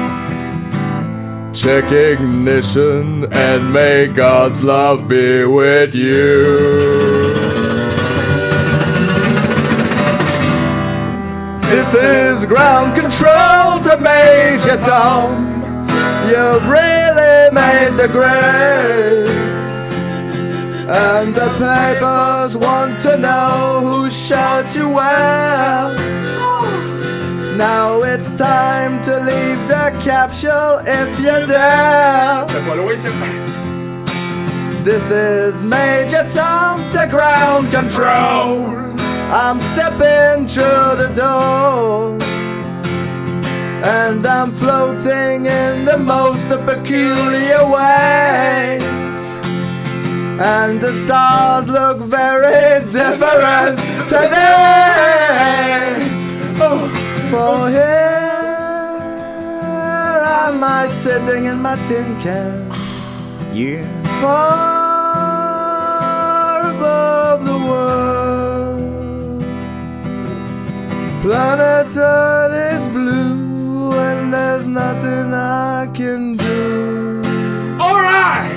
Check ignition and may God's love be with you. This is ground control to Major Tom. You've really made the grade. And the papers want to know who shot you well. Now it's time to leave the capsule if you dare. This is Major Tom to ground control. I'm stepping through the door. And I'm floating in the most peculiar ways. And the stars look very different today. Oh, for here am I sitting in my tin can. Yeah. Far above the world. Planet Earth is blue and there's nothing I can do. Alright!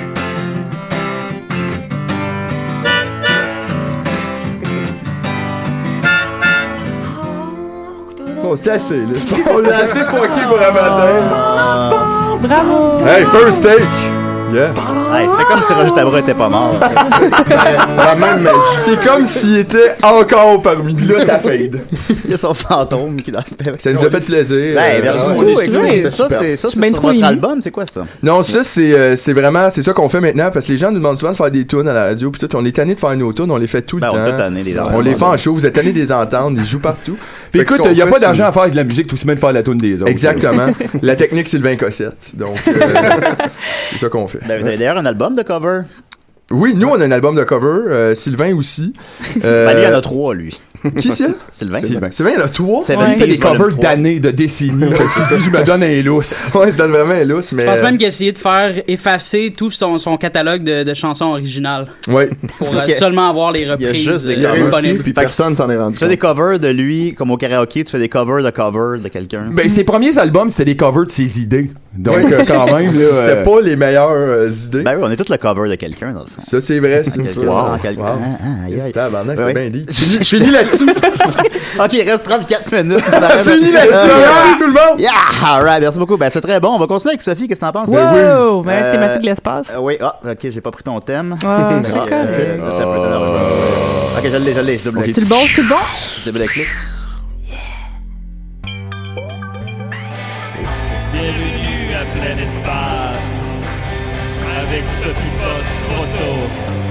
Bon, c'était assez, là. On l'a assez fucké pour un matin. Bravo! Hey, first take! Yeah. Hey, c'était comme si Roger Tabra était pas mort. La même magie. C'est comme s'il était encore parmi nous. Là, ça fade. Il y a son fantôme qui doit faire. Ça nous a fait plaisir. Ben, merci Euh, beaucoup. ouais. Écoutez, ça, c'est ça, c'est sur votre album. C'est quoi ça? Non, ça, c'est euh, c'est vraiment, c'est ça qu'on fait maintenant, parce que les gens nous demandent souvent de faire des tunes à la radio, puis tout, puis on est tanné de faire nos tunes, on les fait tout le Ben, on temps. est tout tanné, les on les fait en show, vous êtes tanné de les entendre, ils jouent partout. Puis Fait que écoute, ce qu'on il n'y a fait, pas c'est- d'argent à faire avec de la musique, tout se met de faire la tune des autres. Exactement. La technique Sylvain Cossette. Donc, euh, c'est ça qu'on fait. Ben, vous avez d'ailleurs un album de cover. Oui, nous, on a un album de cover. euh, Sylvain aussi. Euh, Ben, lui, il y en a trois, lui. Qui c'est? Sylvain. Sylvain. Sylvain, il y en a trois. C'est Il fait des covers d'années, de décennies. Parce qu'il dit, je me donne un lousse. Ouais, il se donne vraiment un lousse, mais. Je pense même qu'il a essayé de faire effacer tout son, son catalogue de, de chansons originales. Ouais. Pour euh, Parce que- seulement avoir les Il y a reprises juste des euh, covers. disponibles. Puis personne s'en est rendu Tu fais des covers de lui, comme au karaoké, tu fais des covers de covers de quelqu'un. Ben, ses premiers albums, c'était des covers de ses idées. Donc, Ouais. euh, quand même, là. C'était euh, pas les meilleures euh, idées. Ben oui, on est tous le cover de quelqu'un, dans le fond. Ça, c'est vrai. C'est Quelque- wow. en quelque- Wow. Ah, ah, aïe, aïe. C'était tabarnak, c'était Ouais. bien dit. Je finis- je finis là-dessus. Ok, il reste trente-quatre minutes. On finit là-dessus. Merci tout le monde. Yeah! Alright, merci beaucoup. Ben, c'est très bon. On va continuer avec Sophie. Qu'est-ce que t'en penses? Wow! Ben, Euh, thématique de l'espace. euh, oui, ah, ok, j'ai pas pris ton thème. Ah, c'est Euh, correct. euh, ça peut être- Ok, je l'ai, je l'ai, je double Tu le bon, tu le bon? Je double clic. Bienvenue à plein espace avec Sophie Boss-Croteau.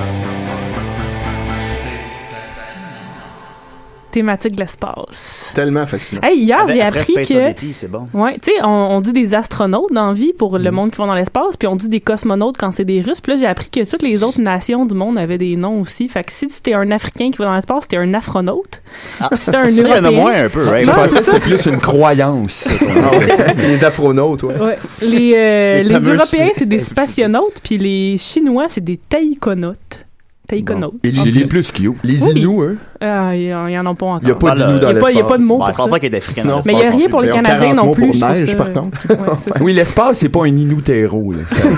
Thématique de l'espace. Tellement fascinant. Hey, hier, Après- j'ai après appris Space que. Oddity, c'est bon. Ouais, tu sais, on, on dit des astronautes dans la vie pour Mm. le monde qui vont dans l'espace, puis on dit des cosmonautes quand c'est des Russes. Puis là, j'ai appris que toutes les autres nations du monde avaient des noms aussi. Fait que si t'es un Africain qui va dans l'espace, t'es un afronaute. Si t'es un Il y en a Européen. moins un peu, right? Je pensais que c'était plus une croyance. Les afronautes, ouais. Ouais. Les, euh, Les les fameux Européens, spi- c'est des spationautes, puis les Chinois, c'est des taïkonautes. Taïkonautes. Et C'est les plus cute. Les Oui. Inuits, eux. Ah, ils en- ils en ont pas encore. Il n'y a pas Dans d'Inuits le- dans Il y a pas- il y a pas de l'espace. mots Bon, je pour pense ça. pas qu'il y ait d'Africains dans Non. Mais il n'y a l'espace rien pour les Ils ont Canadiens quarante non mots plus. pour je trouve neige, ça- par contre. Ouais, c'est ça. Oui, l'espace, c'est pas un inutero. Là.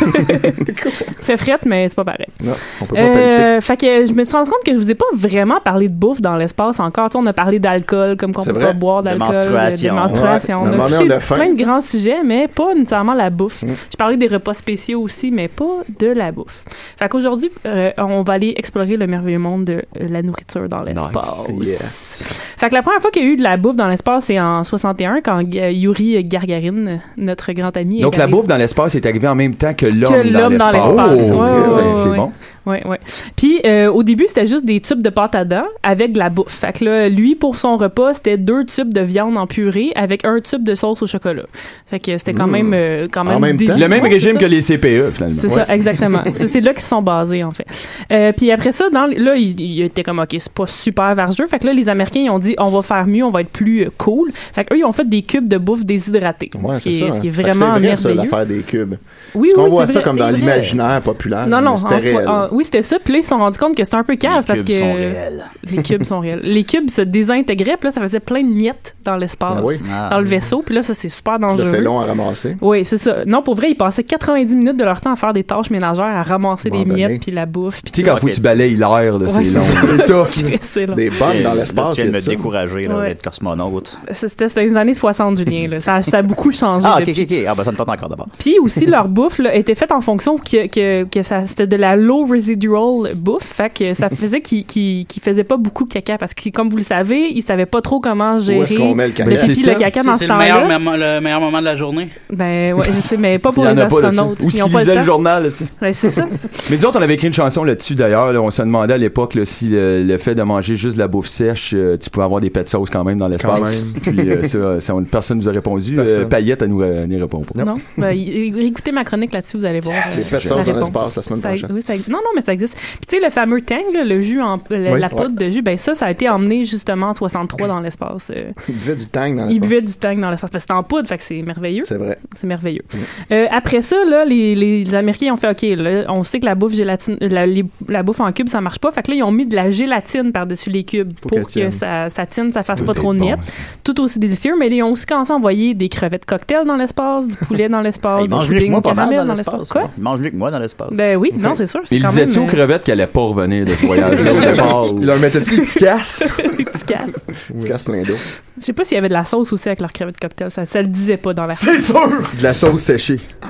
fait frette, mais c'est pas pareil. Non, on peut pas pelleter. Euh, fait que je me suis rendu compte que je vous ai pas vraiment parlé de bouffe dans l'espace encore. Tu sais, on a parlé d'alcool, comme qu'on C'est peut vrai. pas boire De d'alcool, menstruation. de menstruation. Ouais. On a Normalement, touché on a faim, plein de tu sais. grands sujets, mais pas nécessairement la bouffe. Mm. J'ai parlé des repas spéciaux aussi, mais pas de la bouffe. Fait qu'aujourd'hui, euh, on va aller explorer le merveilleux monde de euh, la nourriture dans l'espace. Yeah. Fait que la première fois qu'il y a eu de la bouffe dans l'espace, c'est en soixante et un, quand euh, Yuri Gagarin, notre grand ami, Donc, est la arrivé. bouffe dans l'espace est arrivée en même temps que l'homme Que dans l'homme dans l'espace. l'espace. Oh, Ouais, ok, ouais, c'est ouais, c'est ouais. bon. Ouais, ouais. Puis euh, au début, c'était juste des tubes de pâte à dents avec de la bouffe. Fait que là, lui, pour son repas, c'était deux tubes de viande en purée avec un tube de sauce au chocolat. Fait que c'était quand Mmh. même, euh, quand même, En même dé- temps? Le même Ouais, régime c'est que ça. les C P E, finalement. C'est Ouais. ça, exactement. c'est, c'est là qu'ils se sont basés, en fait. Euh, puis après ça, dans, les- là, il, il était comme, OK, c'est pas super vargeux. Fait que là, les Américains, ils ont dit, on va faire mieux, on va être plus euh, cool. Fait qu'eux, ils ont fait des cubes de bouffe déshydratée. Ouais, ce, c'est qui ça. est, ce qui est Fait que vraiment c'est vrai, ça, merveilleux. l'affaire des cubes. Oui, Parce qu'on oui, voit c'est ça vrai, comme dans c'est vrai. l'imaginaire populaire. Non, non, mais c'était en soi- réel. en- oui, c'était ça. Puis là, ils se sont rendus compte que c'était un peu cave parce cubes que sont réels. les cubes sont réels. Les cubes se désintégraient, puis là, ça faisait plein de miettes dans l'espace, Ah oui. Ah. dans le vaisseau. Puis là, ça, c'est super Là, dangereux. c'est long à ramasser. Oui, c'est ça. Non, pour vrai, ils passaient quatre-vingt-dix minutes de leur temps à faire des tâches ménagères, à ramasser des Abandonné. miettes, puis la bouffe. Puis Tu sais, quand faut que tu balayes l'air, là, Ouais, c'est c'est long. ça. C'est tough. Chris, c'est long. Des bonnes dans Là, l'espace. tu viens il y de a me ça. décourager là, Ouais. d'être cosmonaute. C'était c'était les années soixante, Julien. Là. Ça, ça a beaucoup changé. Ah, ok, depuis. ok, ok. Ah, ben ça me tente encore d'abord. Puis aussi, leur bouffe là, était faite en fonction que, que, que ça, c'était de la low residual bouffe. Fait que ça faisait qu'ils qu'ils- qu'ils faisaient pas beaucoup de caca. Parce que, comme vous le savez, ils savaient pas trop comment gérer Où est-ce qu'on met le caca? le Mais c'est pipi, ça. le caca C'est dans ce c'est le meilleur, temps-là. moment- le meilleur moment de la journée. Ben, ouais, je sais, mais pas pour Il y en les a pas de ça. astronautes. Où est-ce Ils ont qu'ils pas lisaient le le temps. journal, aussi? Ouais, c'est ça. Mais disons, on avait écrit une chanson là-dessus d'ailleurs. Là, on se demandait à l'époque là, si le, le fait de manger juste de la bouffe sèche, euh, tu pouvais avoir des pets de sauce quand même dans l'espace. Quand même. Puis euh, ça, ça, on- personne nous a répondu. Euh, Personne. Payette, elle nous euh, n'y répond pas. Non. Ben, y- écoutez ma chronique là-dessus, vous allez voir. Des euh, pets de la sauce dans réponse. l'espace la semaine Ça- prochaine. oui, ça- non, non, mais ça existe. Puis tu sais, le fameux Tang, là, le jus, en, le- Oui. la poudre de jus, ben ça, ça a été emmené justement en soixante-trois dans l'espace. euh. Ils buvaient du tang dans Ils l'espace. buvaient du Tang dans l'espace. Parce que c'est en poudre, fait que c'est merveilleux. C'est vrai. C'est merveilleux. Euh, après ça, là, les, les, les Américains ont fait, OK, là, on sait que la bouffe gélatine, la, les- la bouffe en cube, ça marche pas. Fait que là, ils ont mis de la gélatine par-dessus les cubes Pour pour, qu'elle que tienne. ça, ça tienne, ça fasse Tout pas est trop de bon, miettes. ça. Tout aussi délicieux, mais ils ont aussi commencé à envoyer des crevettes cocktail dans l'espace, du poulet dans l'espace, Ils du mangent mieux que pudding moi pas mal caramel dans dans l'espace. l'espace. Quoi? Ils mangent mieux que moi dans l'espace. Ben oui, non, c'est sûr. C'est Il quand disait-tu même, aux euh, crevettes qu'elle allait pas revenir de ce voyage-là au départ? ou- Il leur mettait-tu des petits casses? des petits casses. Tu casses plein d'eau. Je sais pas s'il y avait de la sauce aussi avec leurs crevettes cocktail. Ça, ça le disait pas dans la C'est sûr! De la sauce séchée.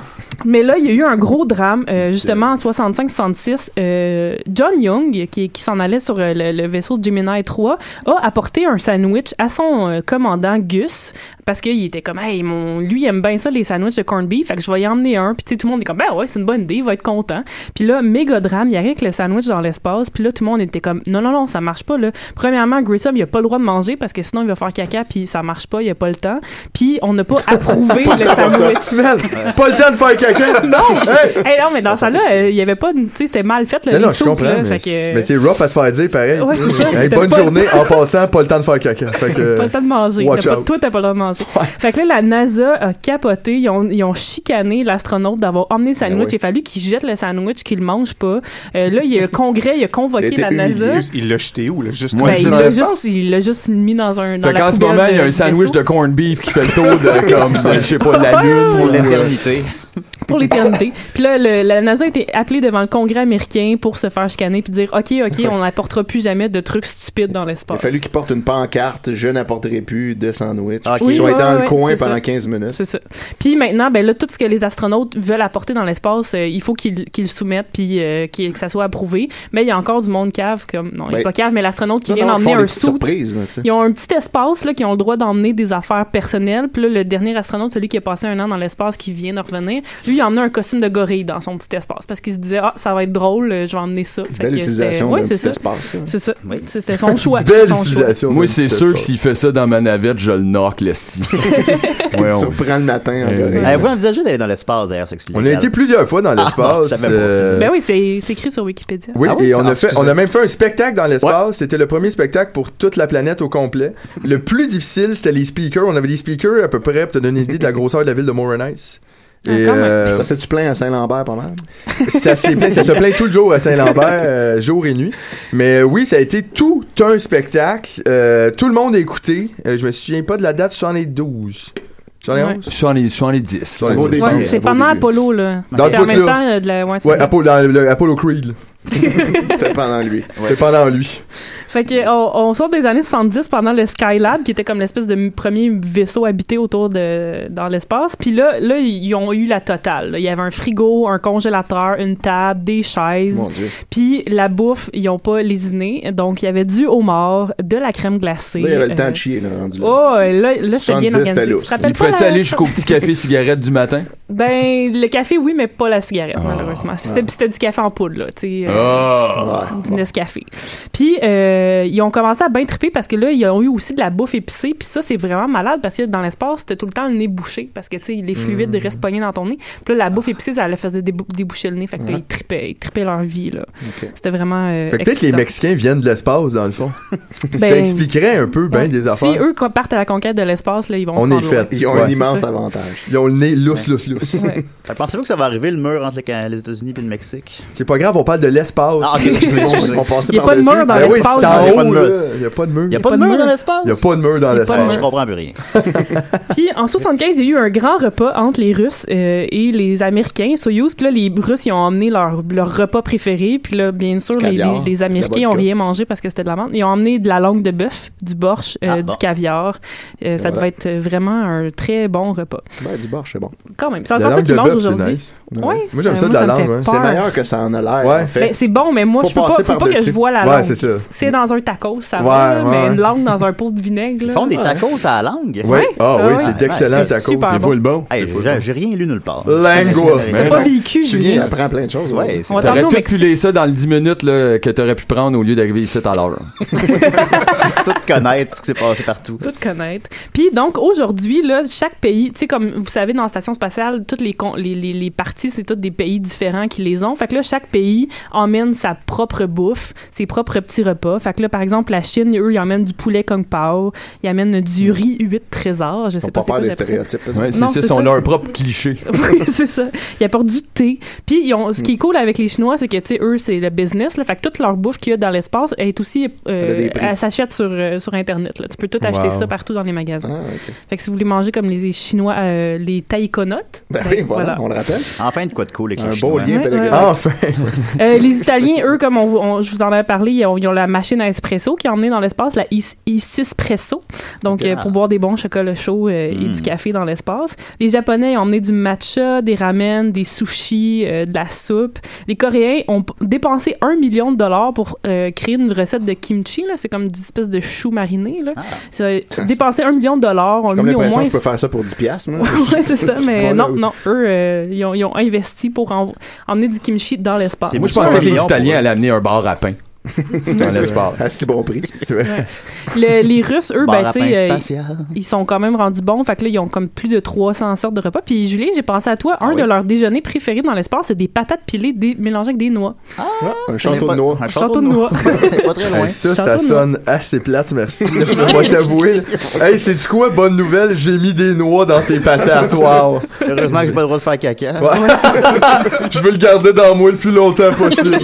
Mais là, il y a eu un gros drame, euh, justement, en soixante-cinq soixante-six. Euh, John Young, qui, qui s'en allait sur euh, le, le vaisseau de Gemini trois, a apporté un sandwich à son euh, commandant Gus, parce qu'il était comme, hey, mon, lui, il aime bien ça, les sandwichs de corned beef, fait que je vais y emmener un. Puis, tu sais, tout le monde est comme, ben ouais, c'est une bonne idée, il va être content. Puis là, méga drame, il arrive avec le sandwich dans l'espace, puis là, tout le monde était comme, non, non, non, ça marche pas, là. Premièrement, Grissom, il a pas le droit de manger, parce que sinon, il va faire caca, puis ça marche pas, il a pas le temps. Puis, on n'a pas approuvé le sandwich. Pas le temps de faire caca! Non! Hey! Hey, non, mais dans ça, là, euh, il y avait pas, tu sais, c'était mal fait, là, non, les non, je soupes, comprends, là, mais, fait c'est, que... mais c'est rough à se faire dire, pareil. Ouais, c'est ça. Hey, T'as bonne pas- journée, en passant, pas le temps de faire caca. Fait que, Pas le temps de manger. watch T'as pas- out. toi, t'as pas le droit de manger. Fait que là, la NASA a capoté. Ils ont, ils ont chicané l'astronaute d'avoir emmené le sandwich. Ben oui. Il a fallu qu'il jette le sandwich, qu'il le mange pas. Euh, là, il y a le congrès, il a convoqué Il la était NASA. humilié. Il l'a jeté où, là? Juste Ben, Ouais, il c'est dans l'a l'espace. juste, il l'a juste mis dans un. Dans Fait la qu'en ce poubelle moment, il y a de- un du sandwich vaisseau. de corned beef qui fait le tour de, comme, je sais pas, de la Ouais, lune. pour ou, l'éternité. Pour l'éternité. Puis là, le- la NASA a été appelée devant le Congrès américain pour se faire chicaner puis dire OK, OK, on n'apportera plus jamais de trucs stupides dans Il a l'espace. fallu qu'il porte une pancarte, je n'apporterai plus de sandwich. Ah, Qu'il oui, soit ouais, dans ouais, le coin c'est pendant ça. quinze minutes. C'est ça. Puis maintenant, ben là, tout ce que les astronautes veulent apporter dans l'espace, euh, il faut qu'ils qu'ils le soumettent puis euh, qu'il- que ça soit approuvé. Mais il y a encore du monde cave, comme non, il Ben, n'est pas cave, mais l'astronaute qui non, vient non, d'emmener ils font des un petites suit. surprises, là, tu sais. Ils ont un petit espace là, qui ont le droit d'emmener des affaires personnelles. Puis là, le dernier astronaute, celui qui a passé un an dans l'espace, qui vient de revenir, lui, il a emmené un costume de gorille dans son petit espace parce qu'il se disait, ah, ça va être drôle, euh, je vais emmener ça. Fait Belle que utilisation c'était- ouais, d'un c'est petit ça. espace, ça. C'est ça. C'était son choix. Belle Son choix. utilisation. Moi, d'un c'est petit sûr que espace. s'il fait ça dans ma navette, je le knock, l'esti. Il te surprend le matin en Eh gorille. oui. Avez-vous envisagé d'aller dans l'espace, d'ailleurs, c'est On a été plusieurs fois dans Ah, l'espace. je savais pas. euh, Ben oui, c'est c'est écrit sur Wikipédia. Oui, Ah oui? et on, Ah, a fait, excusez. on a même fait un spectacle dans l'espace. C'était le premier spectacle pour toute la planète au complet. Le plus difficile, c'était les speakers. On avait des speakers à peu près, pour te donner une idée de la grosseur de la ville de Moronice. Et, Ah, quand même. euh, Ça s'est-tu plaint à Saint-Lambert pas mal? ça, s'est plaint- ça se plaint tout le jour à Saint-Lambert, euh, jour et nuit. Mais euh, oui, ça a été tout un spectacle. Euh, tout le monde a écouté. Euh, je me souviens pas de la date, soixante-douze. soixante-onze? soixante-dix. soixante-dix. Ouais, c'est pendant Apollo, là. Dans C'est ce en même bout-là. temps euh, de la. Ouais, c'est Ouais, ça. Apollo, dans le, Apollo Creed. là. C'était pendant lui. C'était pendant lui. Fait que on, on sort des années soixante-dix pendant le Skylab, qui était comme l'espèce de m- premier vaisseau habité autour de dans l'espace. Puis là, là, ils ont eu la totale. là. Il y avait un frigo, un congélateur, une table, des chaises. Mon Dieu. Puis la bouffe, ils ont pas lésiné. Donc il y avait du homard, de la crème glacée. Là, il y avait le euh, temps de chier, là, rendu là. Oh, là, là c'était bien soixante-dix, c'était organisé. lousse. Tu te rappelles Il pas pouvait-tu la- aller jusqu'au petit café cigarette du matin? Ben, le café, oui, mais pas la cigarette, malheureusement. C'était, c'était du café en poudre, là, tu sais. euh, Ah! du Nescafé. Puis, euh, ils ont commencé à bien triper parce que là, ils ont eu aussi de la bouffe épicée. Puis ça, c'est vraiment malade parce que dans l'espace, t'as tout le temps le nez bouché parce que, tu sais, les fluides restent pognés dans ton nez. Puis là, la bouffe épicée, ça leur faisait débou- déboucher le nez. Fait que là, Ouais. ils tripaient, ils tripaient leur vie, là. Ok. C'était vraiment. euh, Fait que peut-être les excitant. Mexicains viennent de l'espace, dans le fond. ça Ben, expliquerait un peu bien Ouais. des affaires. Si eux quand partent à la conquête de l'espace, là, ils vont On se est rendre loin. fait. Ils ont Ouais, un c'est immense ça. avantage. Ils ont le nez lousse, lousse, lousse. Ouais. Fait que pensez-vous que ça va arriver, le mur entre le- les États-Unis et le Mexique? C'est pas grave, on parle de l'espace. Ah, ok, excusez-moi. On passait Il y a pas de par-dessus. mur dans Ben oui, l'espace. c'est en Il y a pas de haut, mur. là. Il y a pas de mur. Il y a pas de mur dans l'espace? Il y a pas de mur dans Il y a pas de l'espace. Je comprends plus rien. Puis en soixante-quinze, il y a eu un grand repas entre les Russes euh, et les Américains, Soyouz. Puis là, les Russes, ils ont emmené leur, leur repas préféré. Puis là, bien sûr, les, Caviar, les, les Américains la ont vodka. rien mangé parce que c'était de la menthe. Ils ont emmené de la langue de bœuf, du borsch, euh, Ah, du bon. caviar. Euh, ça Voilà. devait être vraiment un très bon repas. Ben, du borsch, c'est bon. Quand même. C'est La encore ça langue qu'ils de mangent bœuf, c'est aujourd'hui. nice. Ouais. Moi, j'aime Euh, ça de la me langue. fait ouais. C'est peur. meilleur que ça en a l'air, Ouais. en fait. Ben, c'est bon, mais moi, Faut je faut passer pas, faut pas que par-dessus. je vois la Ouais, langue. c'est ça. C'est dans un tacos, ça Ouais, va, là, ouais. mais une langue dans un pot de vinaigre. Ils là. font des tacos à la langue? Ouais. Ah Ah oui, ouais. c'est d'excellents Ouais, c'est tacos. super C'est bon. full bon. Hey, j'ai, j'ai rien lu nulle part. Lingua. T'as pas vécu, Julien Julien. apprend plein de choses. Ouais, aujourd'hui. c'est On va T'aurais t'emmener au tout Mexique. pilé ça dans le dix minutes là, que t'aurais pu prendre au lieu d'arriver ici à l'heure. tout connaître ce qui s'est passé partout. Tout connaître. Puis donc aujourd'hui là, chaque pays, tu sais comme vous savez dans la station spatiale, toutes les con- les, les, les parties, c'est tous des pays différents qui les ont. Fait que là chaque pays emmène sa propre bouffe, ses propres petits repas. Fait que là par exemple la Chine, eux ils emmènent du poulet kung pao, ils amènent du riz huit trésors, je Ils sais ont pas pas c'est quoi peur des j'appelle ça. stéréotypes. Ouais, c'est Non, ça, c'est sont ça. leur propre cliché. Oui, c'est ça. Ils apportent du thé. Puis ils ont, ce qui est cool avec les Chinois, c'est que tu sais eux c'est le business là, fait que toute leur bouffe qu'il y a dans l'espace est aussi euh, Elle a des prix. elle s'achète sur euh, sur internet là. Tu peux tout acheter Wow. ça partout dans les magasins. Ah, ok. Fait que si vous voulez manger comme les Chinois, euh, les taïkonotes, Ben oui, voilà, voilà. on le rappelle. Enfin, de quoi de cool avec Un les beau Chinois. lien Ouais, pédagogique. ouais, ouais. Enfin! Euh, les Italiens, eux, comme on, on- je vous en avais parlé, ils ont, ils ont la machine à espresso qui est emmenée dans l'espace, la e-sispresso, donc Ok. euh, pour boire des bons chocolats chauds euh, et Mm. du café dans l'espace. Les Japonais ils ont emmené du matcha, des ramen, des sushis, euh, de la soupe. Les Coréens ont p- dépensé un million de dollars pour euh, créer une recette de kimchi, là. C'est comme une espèce de chou mariné. Là. C'est- Dépensé un million de dollars, ont J'ai comme mis au l'impression moins... que je peux faire ça pour dix piastres, moi. ouais, c'est ça, mais Voilà. non, non, eux, euh, ils, ont, ils ont investi pour en- emmener du kimchi dans l'espace. Moi, je pensais que les Italiens allaient amener un bar à pain dans l'espace. À si bon prix. Le- les Russes, eux, Bar ben, à tu pain sais, euh, spatial. ils sont quand même rendus bons. Fait que là, ils ont comme plus de trois cents sortes de repas. Puis, Julien, j'ai pensé à toi. Un Ah oui. de leurs déjeuners préférés dans l'espace, c'est des patates pilées dé- mélangées avec des noix. Ah, un c'est château pas- de noix. Un Un château de noix. pas très loin. Hey, ça, Château ça de sonne assez plate, merci. Je vais t'avouer. Hey, c'est-tu quoi, bonne nouvelle? J'ai mis des noix dans tes patates, wow! Heureusement que j'ai pas le droit de faire caca. Ouais. Je veux le garder dans moi le plus longtemps possible.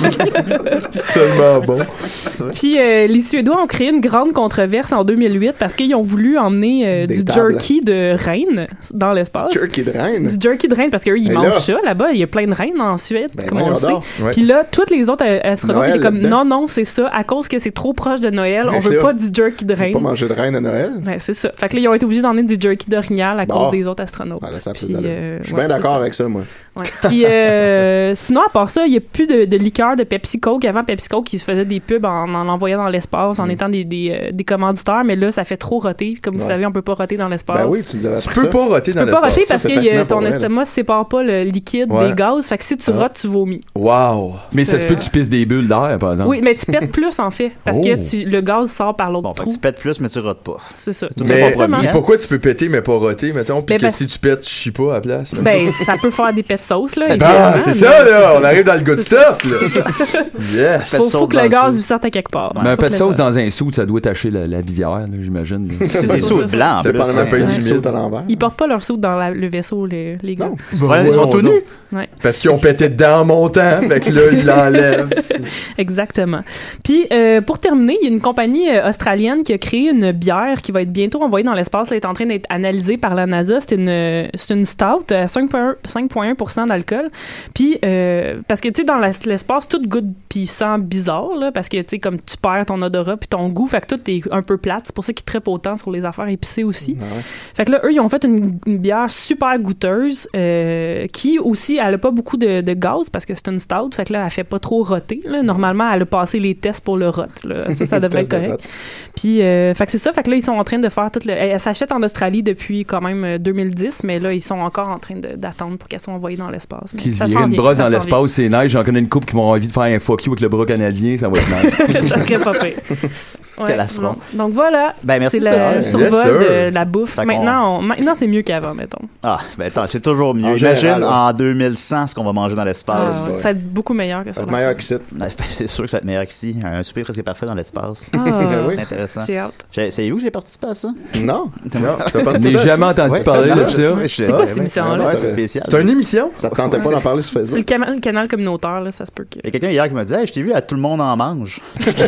C'est tellement bon. Puis, euh, les Suédois ont créé une grande controverse en deux mille huit parce qu'ils ont voulu emmener euh, Des du tables. jerky de reine dans l'espace. Jerky de reine. Du jerky de reine parce qu'eux, ils Et mangent là- ça là-bas. Il y a plein de reines en Suède, Ben, comme on le voyons sait. donc. Ouais. Puis là, toutes les autres euh, astronautes Noël étaient comme là-dedans. non, non, c'est ça, à cause que c'est trop proche de Noël, on Ben, veut là, pas du jerky de On peut reine. pas manger de reine à Noël. Ouais, c'est ça. Fait que là, ils ont été obligés d'emmener du jerky d'orignal à Bon. cause des autres astronautes. Ah, là, ça a plus Puis, d'allure. euh, Je suis ouais, bien c'est d'accord ça. avec ça, moi. Ouais. Puis euh, sinon, à part ça, il n'y a plus de, de liqueur de Pepsi Coke. Avant, Pepsi Coke, qui se faisait des pubs en, en l'envoyant dans l'espace, en étant des, des, euh, des commanditaires, mais là, ça fait trop roter. Comme vous Ouais. savez, on peut pas roter dans l'espace. Ben oui, tu nous avais Tu appris peux ça. pas roter Tu dans peux pas l'espace. roter Ça, parce c'est que fascinant euh, ton pour elle. estomac sépare pas le liquide Ouais. des gaz. Fait que si tu Ah. rotes, tu vomis. Wow! Mais ça se peut Euh, que tu pisses des bulles d'air, par exemple. Oui, mais tu pètes plus en fait. Parce Oh. que tu, le gaz sort par l'autre Bon, fait que trou. tu pètes plus, mais tu rotes pas. C'est ça. Tout Mais est compromis, puis hein? pourquoi tu peux péter mais pas roter, mettons, puis Ben, que parce- si tu pètes, tu chies pas à la place? mettons? Ben, ça peut faire des pets de sauce, là. Ah, évidemment, c'est mais ça, là! On arrive dans le good stuff, là! Yes! Faut, faut que le gaz il sorte à quelque part. Mais un Faut peu que de le- sauce dans un sou, ça doit tacher la, la visière, là, j'imagine. C'est des sauts blancs, en C'est plus. pas même ça. pas Ouais. du saut à l'envers. Ils portent pas leur soude dans la- le vaisseau, les, les gars. Non. Ouais, ils sont tout nus. Ouais. Parce qu'ils ont pété dedans en montant, fait que là, ils l'enlèvent. Exactement. Puis, euh, pour terminer, il y a une compagnie euh, australienne qui a créé une bière qui va être bientôt envoyée dans l'espace. Elle est en train d'être analysée par la NASA. C'est une, euh, c'est une stout à cinq virgule un pour cent d'alcool. Puis, euh, parce que, tu sais, dans la- l'espace, tout goûte puis sent bizarre, là, parce que, tu sais, comme tu perds ton odorat puis ton goût, fait que tout est un peu plate. C'est pour ça qu'ils trippent autant sur les affaires épicées aussi. Ah ouais. Fait que là, eux, ils ont fait une, une bière super goûteuse euh, qui aussi, elle a pas beaucoup de, de gaz parce que c'est une stout. Fait que là, elle fait pas trop roter. Là. Normalement, elle a passé les tests pour le rot. Là. Ça, ça devrait être Test de correct. rot. Puis, euh, fait que c'est ça. Fait que là, ils sont en train de faire tout le... Elle, elle s'achète en Australie depuis quand même euh, deux mille dix, mais là, ils sont encore en train de- d'attendre pour qu'elle soit envoyée dans l'espace. Mais Qui se ça virait s'en une vient, brosse ça dans s'en l'espace, c'est nice. J'en connais une couple qui vont avoir envie de faire un fuck you avec le bras canadien, ça va être nice. vient. Ça serait pas pire. Ouais, Quel affront. donc, donc voilà, Ben, merci, c'est Sarah. le Yes, survol sir. de la bouffe. Fait qu'on- Maintenant, on- maintenant c'est mieux qu'avant, mettons. Ah, ben attends, c'est toujours mieux. En Imagine général, ouais. en deux mille cent ce qu'on va manger dans Ah, l'espace. ouais, ça va être beaucoup meilleur que ça. Ça va être meilleur qu'ici. Ben, c'est sûr que ça va être meilleur qu'ici. Un souper presque parfait dans l'espace. Ah, Ben oui. C'est intéressant. j'ai hâte. J'ai- Savez-vous que j'ai participé à ça? Non. Non, t'as Je participé n'ai à ça? jamais entendu Ouais, parler faites de ça. ça. C'est quoi cette émission-là? Ouais, c'est spécial. C'est une émission? Ça te tentait pas d'en parler sur C'est Facebook? le canal, le canal communautaire, là, ça se peut que... Il y a quelqu'un hier qui m'a dit hey, je t'ai vu à Tout le monde en mange.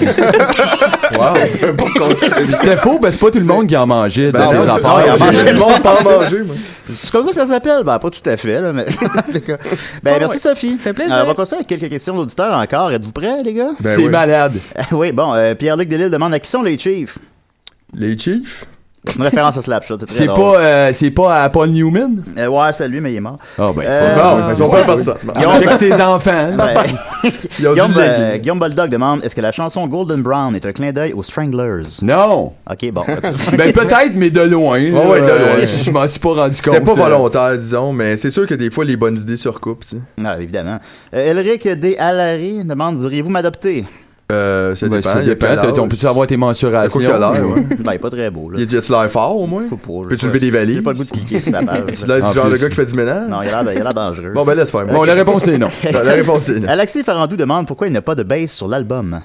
Wow. C'est un bon concept. C'était faux, parce que c'est pas tout le monde qui en mangeait Ben dans non, les c'est- affaires. non, il en mange. Tout le monde pas en manger, moi. C'est comme ça que ça s'appelle? Ben, pas tout à fait, là, mais. En tout cas. Ben, Ah merci ouais. Sophie. Ça fait plaisir. Euh, on va continuer avec quelques questions d'auditeurs encore. Êtes-vous prêts, les gars? Ben C'est oui. malade. Oui, bon, euh, Pierre-Luc Delisle demande à qui sont les Chiefs? Les Chiefs? C'est une référence à Slapshot, c'est très C'est drôle. pas, euh, c'est pas à Paul Newman? Euh, ouais, c'est lui, mais il est mort. Ah, ben, Euh, fuck. Non, mais ils sont pas par ça. Check ses enfants. Ouais. Ils ont Guillaume, dû euh, léguer. Guillaume Boldock demande est-ce que la chanson Golden Brown est un clin d'œil aux Stranglers? Non. Ok, bon. Ben, peut-être, mais de loin. Ouais, ouais, de Euh, loin. Je m'en suis pas rendu compte. C'était pas euh. volontaire, disons, mais c'est sûr que des fois, les bonnes idées surcoupent, tu sais. Ah, évidemment. Euh, Elric D. Allary demande voudriez-vous m'adopter? Euh, ça Ben, dépend. ça il y a dépend. quel âge. T'as- On peut-tu avoir tes À quoi mensurations? qu'il a l'air, ouais. Ben, il est pas très beau, là. Il a-tu l'air fort, au moins? Pas pour- Peux-tu j'ai lever des valises? J'ai pas le goût de cliquer sur la page. Tu l'air En du genre plus. de gars qui fait du ménage? Non, il a l'air il a l'air dangereux. Bon, ben laisse faire. Bon, la réponse est non. La réponse est non. Alexis Farandou demande pourquoi il n'y a pas de bass sur l'album. Oh!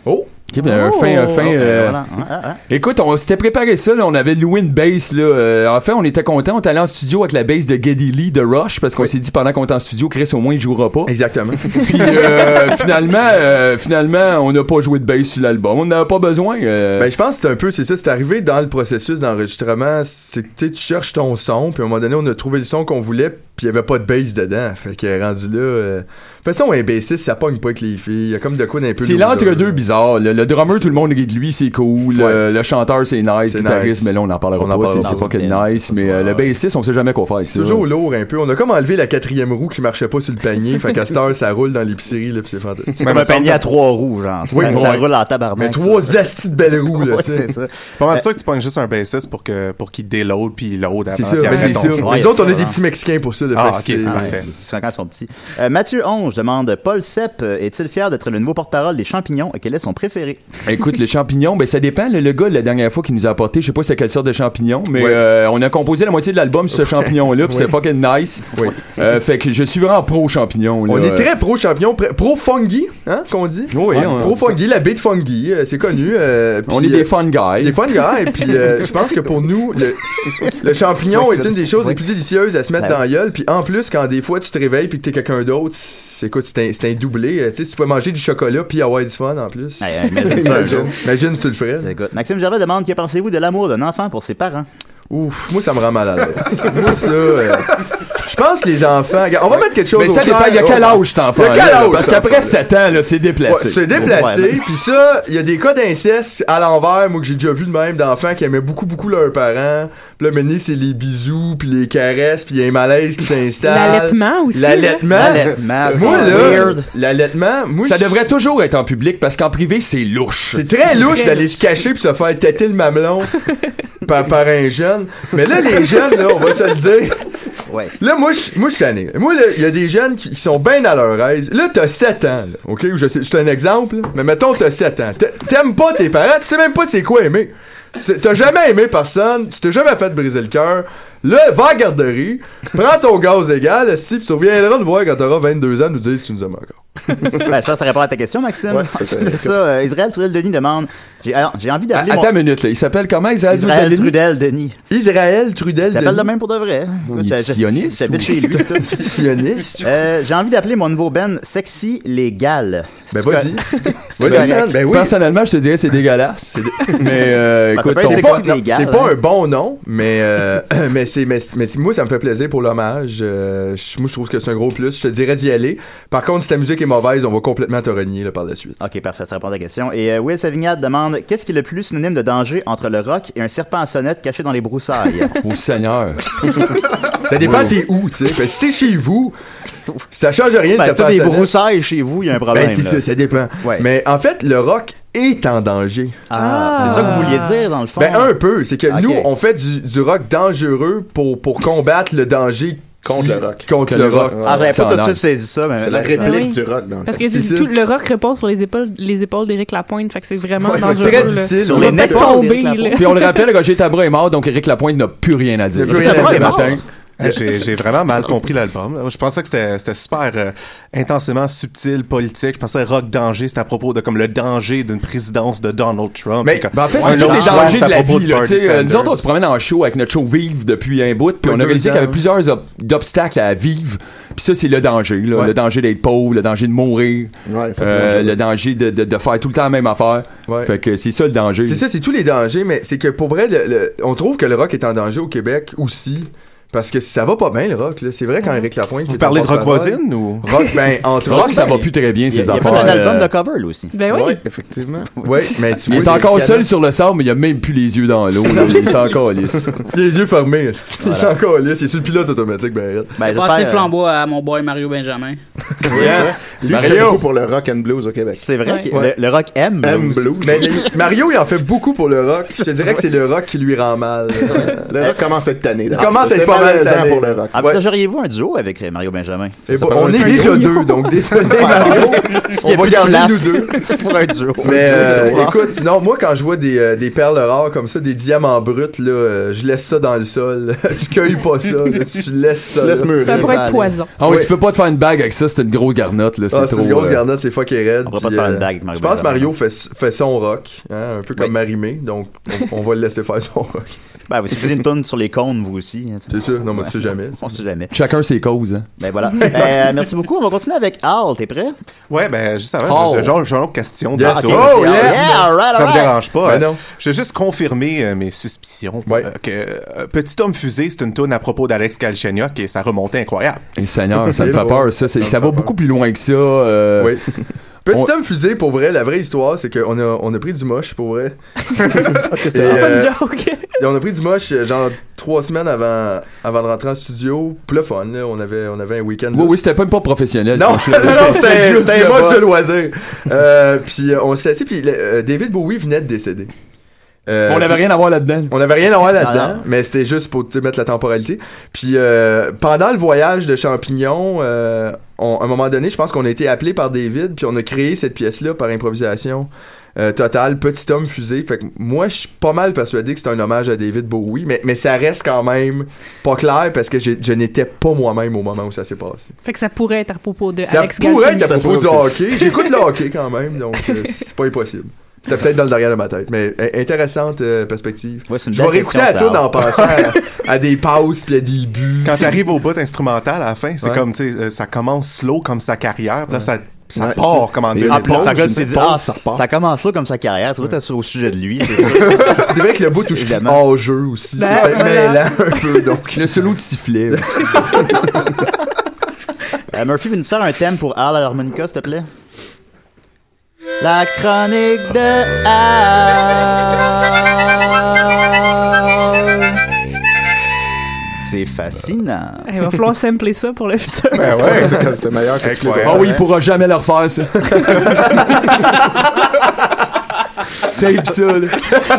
Okay, ben, un Oh! fin, un fin. Oh, ben, euh, voilà. Ah, ah. Écoute, on s'était préparé ça, là, on avait loué une bass, là. Euh, en fait, on était content, on est allé en studio avec la bass de Geddy Lee de Rush, parce qu'on Oui. s'est dit pendant qu'on était en studio, Chris, au moins, il jouera pas. Exactement. Puis euh, finalement, euh, finalement, on n'a pas joué de bass sur l'album. On n'avait pas besoin. euh. Ben, je pense que c'est un peu, c'est ça, c'est arrivé dans le processus d'enregistrement, c'est que tu sais, tu cherches ton son, puis à un moment donné, on a trouvé le son qu'on voulait, puis il y avait pas de bass dedans. Fait que rendu là, euh... de toute façon, un bassiste, ça pogne pas avec les filles. Il y a comme de quoi d'un peu. C'est loser, l'entre-deux là. bizarre. Le, le drummer, tout le monde rit de lui, c'est cool. Le, le chanteur, c'est nice. C'est Guitariste, nice. mais là, on n'en parlera On en pas. parlera C'est, c'est pas. pas que nice. Mais euh, le bassiste, on sait jamais quoi faire avec C'est ça. toujours lourd un peu. On a comme enlevé la quatrième roue qui marchait pas sur le panier. Fait qu'à cette heure, ça roule dans l'épicerie, là, pis c'est fantastique. C'est comme un panier à trois roues, genre. Oui, ça, ouais. ça roule en tabarnak. Mais trois astis de belles roues, là, Ouais, tu sais. c'est ça. Pas mal sûr que tu pognes juste un bassiste pour que pour qu'il déload puis il load avant. C'est ça, puis ben, après c'est ton ça. show. Ouais, Nous autres, on a ça, des hein. petits Mexicains pour ça, là. Ah, fait que ok, c'est Ah, parfait. ouais, c'est quand ils sont petits. Euh, Mathieu Onge demande Paul Sepp euh, est-il fier d'être le nouveau porte-parole des champignons et quel est son préféré? Écoute, les champignons, ben ça dépend. Le, le gars, la dernière fois, qui nous a apporté, je sais pas c'est quelle sorte de champignon, mais Ouais. euh, on a composé la moitié de l'album sur ce champignon-là, puis Oui. c'est fucking nice. Oui. Euh, fait que je suis vraiment pro-champignon. là. On est très pro-champion, pr- pro-fungi, hein, qu'on dit? Oui, Ouais, on- pro-fungi, la baie de fungi, euh, c'est connu. euh, On puis, est des euh, fun guys. Des fun guys, et puis euh, je pense que pour nous, le, le champignon est une des choses les plus délicieuses à se mettre Ben dans la gueule, puis en plus, quand des fois tu te réveilles puis que t'es quelqu'un d'autre, c'est, écoute, c'est un, c'est un doublé. euh, Tu sais, si tu peux manger du chocolat puis avoir du fun en plus. Ouais, ouais, imagine ça, Imagine, Joe. imagine si tu le ferais. Écoute, Maxime Gervais demande que pensez-vous de l'amour d'un enfant pour ses parents? Ouf, moi ça me rend mal à l'aise. moi ça, euh, je pense que les enfants, regarde, on va mettre quelque chose Mais au ça dépend, clair. il y a quel Oh, âge cet enfant? Il y a quel âge, Parce cet qu'après enfant-là? sept ans, là, c'est déplacé. Ouais, c'est déplacé, Ouais, mais- puis ça, il y a des cas d'inceste à l'envers, moi que j'ai déjà vu de même d'enfants qui aimaient beaucoup beaucoup leurs parents. Puis là maintenant c'est les bisous, puis les caresses, puis il y a un malaise qui s'installe. L'allaitement aussi, L'allaitement. L'allaitement, c'est Moi là, weird. l'allaitement, moi Ça je- devrait toujours être en public parce qu'en privé, c'est louche. c'est très louche Très d'aller louche. se cacher puis se faire têter le mamelon par, par un jeune. Mais là les jeunes là, on va se le dire. Ouais. Là, moi, je moi, je suis tanné. Moi, là, il y a des jeunes qui, qui sont bien à leur aise. Là, t'as sept ans, là, OK? Ou je sais, je suis un exemple, là, mais mettons, t'as sept ans. T'a- T'aimes pas tes parents, tu sais même pas c'est quoi aimer. C'est- T'as jamais aimé personne, tu t'es jamais fait briser le cœur. Là, va à la garderie, prends ton gaz égal, si, pis tu reviendras nous voir quand t'auras vingt-deux ans, nous dire si tu nous aimes encore. Ben, je pense que ça répond à ta question, Maxime. Ouais, c'est ça. C'est ça. euh, Israël Trudel-Denis demande j'ai, alors, j'ai envie Ah, d'appeler. attends une minute, là. Il s'appelle comment, Israël Israël Trudel-Denis? Trudel-Denis. Israël Trudel Il s'appelle Denis. de même pour de vrai. Il est Écoute, sioniste J'habite ou- chez lui. tout. Sioniste. Euh, j'ai envie d'appeler mon nouveau Ben Sexy Légal. Ben, C'est vas-y. C'est Vas-y, correct. man. Ben oui. Personnellement, je te dirais c'est dégueulasse. C'est dé- Mais euh, Ben, ça écoute, peut être on- C'est sexy pas, non, légal, c'est pas hein. un bon nom, mais, euh, mais, c'est, mais, mais c'est- moi, ça me fait plaisir pour l'hommage. Euh, je- moi, je trouve que c'est un gros plus. Je te dirais d'y aller. Par contre, si ta musique est mauvaise, on va complètement te renier là, par la suite. Ok, parfait, ça répond à ta question. Et euh, Will Savignat demande qu'est-ce qui est le plus synonyme de danger entre le rock et un serpent à sonnette caché dans les broussailles? oh Seigneur. Ça dépend t'es où, tu sais. Ben, si t'es chez vous, ça change rien. Ben, ça si t'as des broussailles chez vous, il y a un problème. Ben, c'est là. ça, ça dépend. Ouais. Mais en fait, le rock est en danger. Ah, c'est ça que vous vouliez dire, dans le fond? Ben, un peu. C'est que Ok. nous, on fait du, du rock dangereux pour, pour combattre le danger Contre qui- le rock. Contre Que le le rock. rock. Ah, j'avais Ça pas tout de en a. suite saisi ça, mais C'est la là, réplique Ah oui. du rock, dans le Parce fond. que C'est c'est ça. tout le rock repose sur les épaules, les épaules d'Éric Lapointe, fait que c'est vraiment Ouais, dangereux. c'est très là. difficile. Sur On les va peut-être épaules tomber, d'Éric là. Lapointe. Puis on le rappelle, Roger Tabra est mort, donc Éric Lapointe n'a plus rien à dire. Il a plus rien à dire. Ce Il est mort. matin. Hey, J'ai, j'ai vraiment mal compris l'album. là. Je pensais que c'était, c'était super euh, intensément subtil, politique. Je pensais rock danger, c'était à propos de comme le danger d'une présidence de Donald Trump. Mais- Et comme- Ben en fait, Un c'est tous autre les choix, dangers c'est de à la propos vie. de Là, tu sais. Bernie Euh, nous autres, on Sanders. se promène en show avec notre show Vive depuis un bout, puis Ouais, on a deux réalisé ans. qu'il y avait plusieurs ob- d'obstacles à vivre. Puis ça, c'est le danger. Là. Ouais. Le danger d'être pauvre, le danger de mourir, Ouais, ça, c'est euh, dangereux. le danger de, de, de faire tout le temps la même affaire. Ouais. Fait que c'est ça le danger. C'est ça, c'est tous les dangers, mais c'est que pour vrai, le- le- on trouve que le rock est en danger au Québec aussi. Parce que ça va pas bien, le rock, là. C'est vrai quand Éric Lapointe... Vous c'est parlez en de rock porte-parole. voisine ou? Rock, ben, entre Rock, autres, ça ben, va plus très bien, Il y a, ces il y a affaires. pas un album euh, de cover, là aussi. Ben oui. Ouais, effectivement. Ouais, mais tu Il vois, est c'est encore canon. seul sur le sable, mais il a même plus les yeux dans l'eau. là. Il s'en calisse. Les yeux fermés, esti. Il s'est encore lisse. Il est sur le pilote automatique, ben, Ben, Passer j'espère, le flambeau à mon boy Mario Benjamin. Yes! Lui, il fait beaucoup pour le rock and blues au Québec. C'est vrai que Ouais. le, le rock aime. M blues. blues. Mais le- Mario, il en fait beaucoup pour le rock. Je te dirais que c'est le rock qui lui rend mal. Le rock commence à être tanné. Il commence à être pas pas mal tanné. pour le rock. Envisageriez-vous un duo avec Mario Benjamin? Et bon, on est déjà deux, donc désolé Mario. On va garder nous deux pour un duo. Mais euh, écoute, non, moi quand je vois des, euh, des perles rares comme ça, des diamants bruts, là, euh, je laisse ça dans le sol. Tu cueilles pas ça, là, tu laisses ça. Laisse là. Ça pourrait être poison. Ah oui, oui, tu peux pas te faire une bague avec ça, c'est une grosse garnotte. Là, c'est, ah, trop, c'est une grosse euh... garnotte, c'est fucké raide. On pourrait pas te faire une bague avec Mario. Je pense que Mario fait, fait son rock, hein, un peu comme oui. Marimé, donc on, on va le laisser faire son rock. Ben, vous faites une tonne sur les cônes, vous aussi. Hein, c'est sûr, non, mais ouais. tu sais jamais. On sait jamais. Chacun ses causes. Hein. Ben voilà. euh, merci beaucoup. On va continuer avec Al. T'es prêt? Ouais, ben, juste avant, j'ai genre, j'ai une autre question. Yes. Okay. Oh, yes. Yeah, all right, all ça right. me dérange pas. Ben non. Je vais juste confirmer euh, mes suspicions. Ouais. Euh, que euh, Petit Homme Fusée, c'est une toune à propos d'Alex Galchenyuk et ça remontait incroyable. Et Seigneur, ça me fait peur. Ça, c'est, ça, ça va beaucoup plus loin que ça. Euh... Oui. Petit on... homme fusée, pour vrai, la vraie histoire, c'est qu'on a, on a pris du moche, pour vrai. C'était euh, pas une joke. Et on a pris du moche, genre, trois semaines avant, avant de rentrer en studio. Puis le fun, là, on avait, on avait un week-end. Oui, oui, c'était pas, pas professionnel. Non, non, non, c'était, c'était un moche de loisir. euh, puis on s'est assis, puis euh, David Bowie venait de décéder. Euh, on n'avait rien à voir là-dedans. On n'avait rien à voir là-dedans, ah, mais c'était juste pour mettre la temporalité. Puis euh, pendant le voyage de Champignon, euh, on, à un moment donné, je pense qu'on a été appelé par David, puis on a créé cette pièce-là par improvisation euh, totale, Petit Homme Fusée. Fait que moi, je suis pas mal persuadé que c'est un hommage à David Bowie, mais, mais ça reste quand même pas clair parce que j'ai, je n'étais pas moi-même au moment où ça s'est passé. Fait que ça pourrait être à propos de ça Alex pourrait Galchenyuk. être à propos du hockey. J'écoute le hockey quand même, donc euh, c'est pas impossible. C'était peut-être dans le derrière de ma tête, mais euh, intéressante euh, perspective. Ouais, c'est une je vais réécouter à tout en pensant à, à des pauses puis à des buts. Quand t'arrives au bout instrumental à la fin, c'est ouais. comme, tu sais, euh, ça commence slow comme sa carrière, puis là, ça, ça ouais, part comme en deux ah, minutes. ça, dit, ah, ça, ça commence là comme sa carrière, ça doit être au sujet de lui, c'est sûr. C'est vrai que le bout touche hors jeu aussi, ben, c'est peut-être voilà. mêlant un peu, donc. Le solo de sifflet. euh, Murphy, veux-tu faire un thème pour Al à l'harmonica, s'il te plaît? La chronique de Al. C'est fascinant. Il va falloir sampler ça pour le futur. Ben ouais, c'est, comme, c'est meilleur que les autres. Oh oui, il pourra jamais le refaire, ça. Tape ça, là.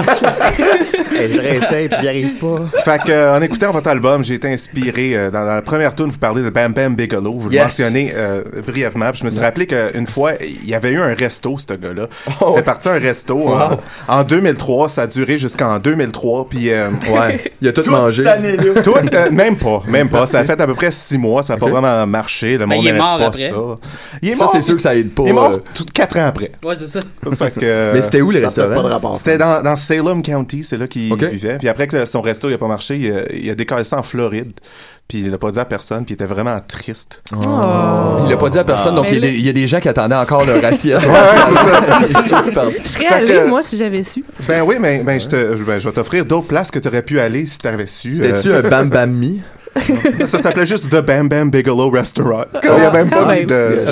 Hey, je réessaye puis j'y arrive pas. Fait que, euh, en écoutant votre album, j'ai été inspiré. Euh, dans, dans la première tune, vous parlez de Bam Bam Bigelow. Vous yes. le mentionnez euh, brièvement. Puis je me suis yeah. rappelé qu'une fois, il y avait eu un resto, ce gars-là. Oh, C'était ouais. parti un resto wow. en, en deux mille trois. Ça a duré jusqu'en deux mille trois. Puis, euh, ouais. Il a tout, tout mangé. Tout, euh, même pas. Même pas. Ça a fait à peu près six mois. Ça n'a okay. pas vraiment marché. Le monde n'aimait pas après. ça. Il est ça, mort. c'est sûr que ça aide pas. Il est mort euh... tout quatre ans après. Ouais, c'est ça. Fait que, euh, mais c'était où les restaurants? Pas de rapport. C'était dans, dans Salem County. C'est là qu'il okay. vivait. Puis après que son resto n'a pas marché, il a, il a décalé ça en Floride. Puis il l'a pas dit à personne, puis il était vraiment triste. Oh. Il l'a pas dit à personne, donc il y, a des, il y a des gens qui attendaient encore leur assiette. Ouais, c'est ça. Je serais allé, que, moi, si j'avais su. Ben oui, mais ben, je, te, ben, je vais t'offrir d'autres places que tu aurais pu aller si tu avais su. C'était-tu euh... un Bam Bam Me? Ça s'appelait juste The Bam Bam Bigelow Restaurant. Il n'y a même pas ouais,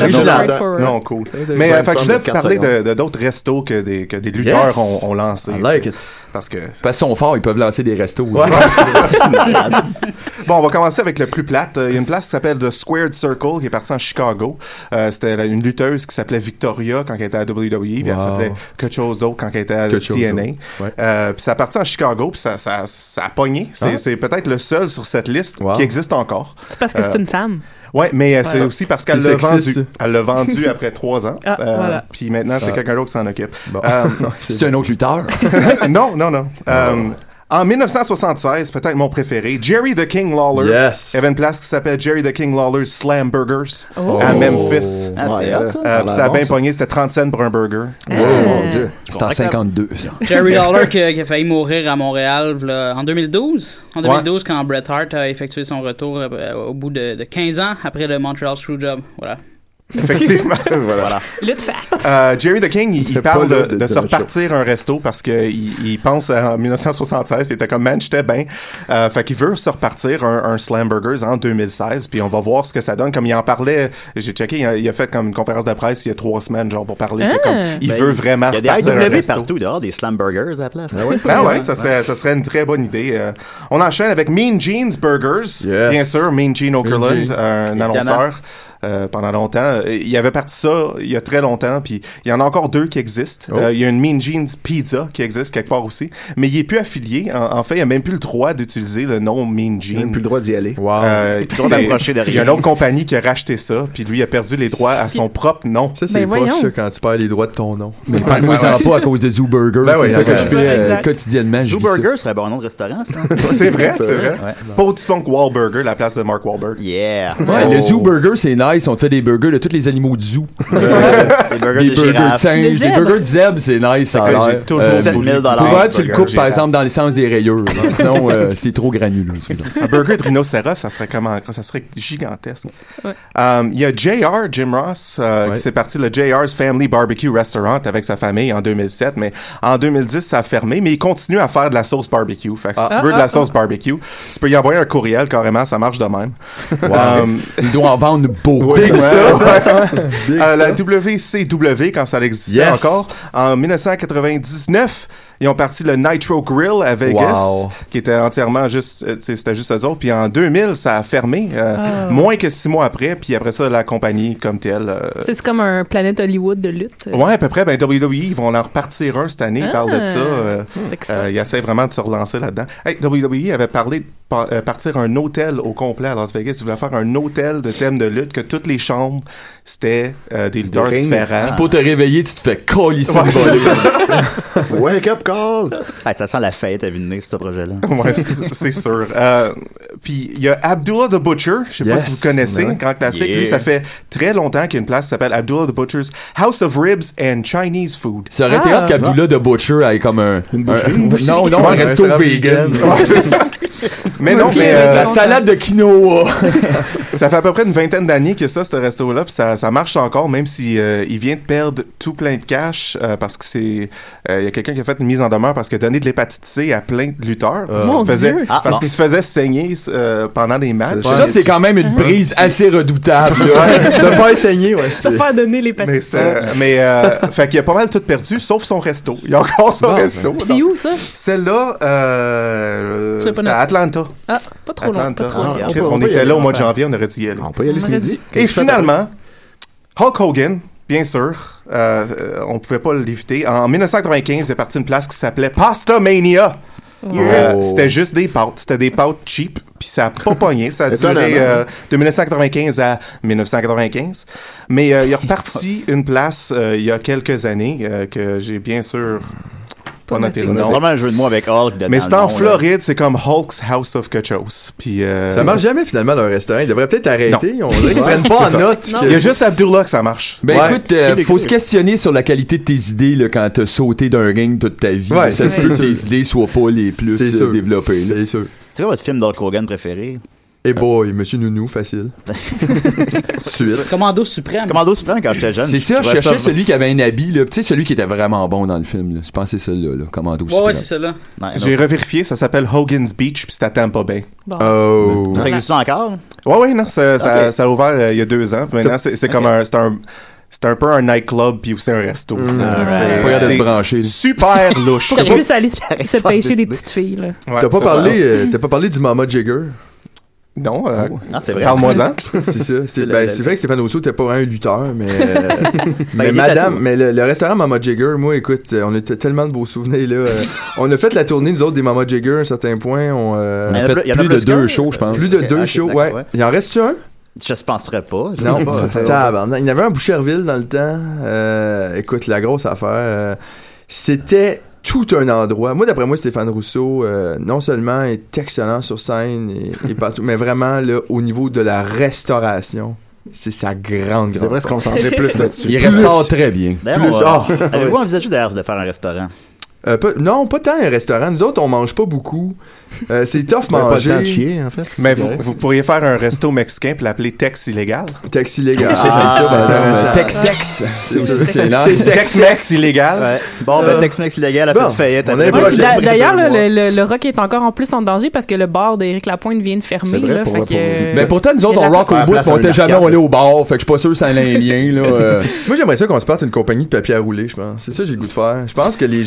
de... Non, cool. Mais euh, fait que je voulais vous parler de, de d'autres restos que des, que des lutteurs yes. ont, ont lancés. I like it. Parce que... Parce qu'ils sont forts, ils peuvent lancer des restos. Ouais, c'est ça. Bon, on va commencer avec le plus plate. Il y a une place qui s'appelle The Squared Circle qui est partie en Chicago. Euh, c'était une lutteuse qui s'appelait Victoria quand elle était à W W E. Puis wow. elle s'appelait Cochozo quand elle était à Cochozo. T N A. Ouais. Euh, puis ça a parti en Chicago puis ça, ça, ça a pogné. C'est, ah. c'est peut-être le seul sur cette liste wow. qui existe encore. C'est parce que euh, c'est une femme. Ouais, mais euh, c'est ouais. aussi parce qu'elle c'est l'a sexiste. vendu. Elle l'a vendu après trois ans. Ah, euh, voilà. Puis maintenant, c'est ah. quelqu'un d'autre qui s'en occupe. Bon. Euh, c'est, c'est un autre lutteur? non, non, non. Euh, En dix-neuf cent soixante-seize, peut-être mon préféré, Jerry the King Lawler. Yes. Il y avait une place qui s'appelle Jerry the King Lawler's Slam Burgers oh. à Memphis. Ah, c'est euh, ça, euh, ça a bien bon, pogné, c'était trente cents pour un burger. Oh mon Dieu. C'était en cinquante-deux, ça. Jerry Lawler qui, qui a failli mourir à Montréal là, en deux mille douze. En deux mille douze, ouais. quand Bret Hart a effectué son retour euh, au bout de, de quinze ans après le Montreal Screwjob. Voilà. Effectivement. Voilà. Lutte fact. Euh, Jerry the King, il, il parle de, de, de, de se repartir un resto parce que il, il pense en dix-neuf cent soixante-seize, puis il était comme man, j'étais bien. Euh, fait qu'il veut se repartir un, un Slam Burgers en deux mille seize, puis on va voir ce que ça donne. Comme il en parlait, j'ai checké, il a, il a fait comme une conférence de presse il y a trois semaines, genre pour parler. Ah, que comme, il ben, veut vraiment. Il y a des I W partout, dehors, des Slam Burgers à la place. Ah ouais, ah ouais, ça serait, ça serait une très bonne idée. Euh, on enchaîne avec Mean Jeans Burgers, yes. bien sûr, Mean Gene Okerlund, un Évidemment. annonceur. euh, pendant longtemps. Il y avait parti ça il y a très longtemps, puis il y en a encore deux qui existent. Oh. Euh, il y a une Mean Jeans Pizza qui existe quelque part aussi, mais il est plus affilié. En, en fait, il a même plus le droit d'utiliser le nom Mean Jeans. Il a même plus le droit d'y aller. Wow. Euh, Il a plus le droit d'approcher de il y a rien. une autre compagnie qui a racheté ça, puis lui a perdu les droits à son propre nom. Ça, c'est Ben poche, voyons. ça, quand tu perds les droits de ton nom. Mais parle-moi ça pas à cause de Zoo Burger. Ben c'est oui, ça que ouais. je fais euh, Exact. quotidiennement. je Zoo vis ça. Burger serait un bon nom de restaurant, ça. C'est vrai, c'est vrai. Ouais. Pas aussi bon que Wahlburger, la place de Mark Wahlberg. Yeah. Ouais, Oh. le Zoo Burger, c'est nice. On te fait des burgers de tous les animaux du zoo. Des burgers des de burgers de girafe. singes, Des des zèbres. burgers de zèbres, c'est nice. Ça a Fait que l'air. j'ai toujours Euh, sept mille dollars. Faut vraiment que tu le burger coupes, par girafe. exemple, dans le sens des rayures. là. Sinon, euh, c'est trop granuleux. c'est ça. Un burger de rhinocéros, ça serait comment ça serait gigantesque. Ouais. Um, Il y a J R, Jim Ross, euh, Ouais. qui s'est parti le J R's Family Barbecue Restaurant avec sa famille en deux mille sept, mais en deux mille dix, ça a fermé, mais il continue à faire de la sauce barbecue. Fait que si Ah. tu veux de Ah, la sauce barbecue, tu peux y envoyer un courriel carrément, ça marche de même. Um, Il doit en vendre beaucoup. Big Ouais. stuff. Big Euh, la stuff. W C W, quand ça existait Yes. encore, en dix-neuf cent quatre-vingt-dix-neuf, ils ont parti le Nitro Grill à Vegas, Wow. qui était entièrement juste, euh, tu sais, c'était juste eux autres. Puis en deux mille, ça a fermé, euh, Ah. moins que six mois après. Puis après ça, la compagnie comme telle. euh, C'est comme un Planète Hollywood de lutte. Ouais, à peu près. Ben, W W E, ils vont en repartir un cette année. Ils Ah. parlent de ça. Euh, C'est excitant. euh, ils essaient vraiment de se relancer là-dedans. Hey, W W E avait parlé de pa- euh, partir un hôtel au complet à Las Vegas. Ils voulaient faire un hôtel de thème de lutte, que toutes les chambres, c'était euh, des lutteurs rings. différents. Pour te réveiller, tu te fais colisser Ouais, le c'est volet. ça. Wake up call! Hey, ça sent la fête à vue de nez, ce projet-là. Ouais, c'est- c'est sûr. Euh, Puis il y a Abdullah the Butcher, je sais pas Yes. si vous connaissez, Ouais. grand classique. Yeah. Lui, ça fait très longtemps qu'il y a une place qui s'appelle Abdullah the Butcher's House of Ribs and Chinese Food. Ça aurait été Ah. hâte qu'Abdullah de Butcher ait comme un. Une boucherie. un- Une boucherie. Non, non, Ouais, un un resto restaurant vegan. Ouais, c'est ça. Mais non, Ok, mais euh, La salade de quinoa. ça fait à peu près une vingtaine d'années que ça, ce resto-là, puis ça, ça marche encore, même si euh, il vient de perdre tout plein de cash euh, parce que c'est, euh, il y a quelqu'un qui a fait une mise en demeure parce qu'il a donné de l'hépatite C à plein de lutteurs parce Mon qu'il se faisait, Dieu. Ah, parce bon. qu'il se faisait saigner euh, pendant des matchs. Ça, c'est quand même une prise assez redoutable. là. Se faire saigner, ouais. Se faire donner les Mais, pâtisseries. c'était- mais euh, fait qu'il a pas mal tout perdu, sauf son resto. Il y a encore son Bon, resto. Puis c'est où, ça? Celle-là, euh, C'est pas c'était à notre- Atlanta. Ah, pas trop long. Atlanta. Pas trop long. Ah, Chris, on peut- on, on peut y était aller, là au on mois de va- janvier, on aurait dû y aller. On peut y aller ce On aurait midi. dû. Et finalement, Hulk Hogan, bien sûr, euh, euh, on pouvait pas l'éviter. En dix-neuf cent quatre-vingt-quinze, il est parti une place qui s'appelait Pasta Mania. Euh, Oh. C'était juste des pâtes. C'était des pâtes cheap. Puis ça a pas pogné. Ça a Étonnamment. duré euh, de dix-neuf cent quatre-vingt-quinze à dix-neuf cent quatre-vingt-quinze. Mais euh, il est reparti une place euh, il y a quelques années euh, que j'ai bien sûr pas noté le C'est nom. vraiment un jeu de mots avec Hulk dedans. Mais c'est le en nom, là. Floride. C'est comme Hulk's House of Quelque-chose. Puis euh, Ça marche jamais finalement leur restaurant. Ils devraient peut-être arrêter. Non. On dirait qu'ils Ouais, prennent pas c'est en ça. note. Non. que- il y a juste Abdullah que ça marche. Ben Ouais. écoute, euh, Qui faut décrit- se questionner sur la qualité de tes idées là, quand t'as sauté d'un ring toute ta vie. Ouais, ça c'est se peut que sûr. tes idées soient pas les plus C'est euh, sûr. développées. là. C'est sûr. C'est quoi votre film d'Hulk Hogan préféré? Et boy, Monsieur Nounou, facile. Tout de suite. Commando suprême. Commando suprême quand j'étais jeune. C'est ça, je trouvais cherchais celui qui avait un habit, là. Tu sais, celui qui était vraiment bon dans le film, là. Je pensais celui-là, là. Commando Ouais, Suprême. ouais, c'est ça, là. Ouais, J'ai non. revérifié. Ça s'appelle Hogan's Beach. Puis c'est à Tampa Bay. Bon. Oh. Ça existe encore? Ouais, ouais, non, ça, ça, Ok. ça a ouvert euh, il y a deux ans. Puis maintenant, c'est c'est comme un, c'est un, c'est un peu un nightclub puis aussi un resto. C'est- alright. c'est- Pas capable de se c'est brancher. là. super louche. Faut que je puisse aller se- J'arrive se pas à pêcher des décider. petites filles, là. Ouais, T'as pas c'est parlé, ça. euh, t'as pas parlé du Mama Jagger? Non, euh, Ah, c'est vrai. parle-moi-en. C'est ça. C'est, C'est ben, le- c'est vrai que Stéphane Rousseau était pas un lutteur, mais, euh, mais il est madame, tatou. mais le, le restaurant Mama Jagger, moi, écoute, euh, on a t- tellement de beaux souvenirs, là. Euh, on a fait la tournée, nous autres, des Mama Jagger à un certain point. On, euh, On Il y en a a fait plus- il y en a plus de plus deux qu'un? shows, je pense. plus de Ok, deux ok, shows, d'accord, ouais. ouais. Il en reste-tu un? Je ne penserais pas. Je Non, sais pas, ça fait longtemps. tabarnak. Il y en avait un à Boucherville dans le temps. Euh, écoute, la grosse affaire. euh, c'était tout un endroit. Moi, d'après moi, Stéphane Rousseau, euh, non seulement est excellent sur scène et, et partout, mais vraiment, là, au niveau de la restauration, c'est sa grande, On grande devrait se concentrer plus là-dessus. Il restaure très bien. D'ailleurs, Plus- on va- ah, avez-vous envisagé d'ailleurs de faire un restaurant? Euh, pas- non, pas tant un restaurant. Nous autres, on mange pas beaucoup. Euh, c'est tough Vous avez pas le temps de manger. chier, en fait. Mais C'est vous, correct. vous pourriez faire un resto mexicain puis l'appeler Tex illégal. Taxi illégal. Ah, Ah, c'est c'est intéressant. Tex-Sex. C'est C'est aussi, ça. c'est là. C'est Tex-Mex illégal. Ouais. Bon, ben, Euh, Tex-Mex illégal a bon, fait faillite. on après avait deux pas- Puis mois. d'a- Après D'ailleurs, deux là, mois. le, le, le rock est encore en plus en danger parce que le bar d'Éric Lapointe vient de fermer. C'est vrai, là, pour- fait pour- que- Ben pourtant, nous autres, Il y a on la- rock au faire bout, place puis on à était une jamais arcade. allé au bar. Fait que je suis pas sûr que ça a un lien, là. euh. Moi, j'aimerais ça qu'on se parte une compagnie de papier à rouler, je pense. C'est ça que j'ai le goût de faire. Je pense que les jeunes... Appelez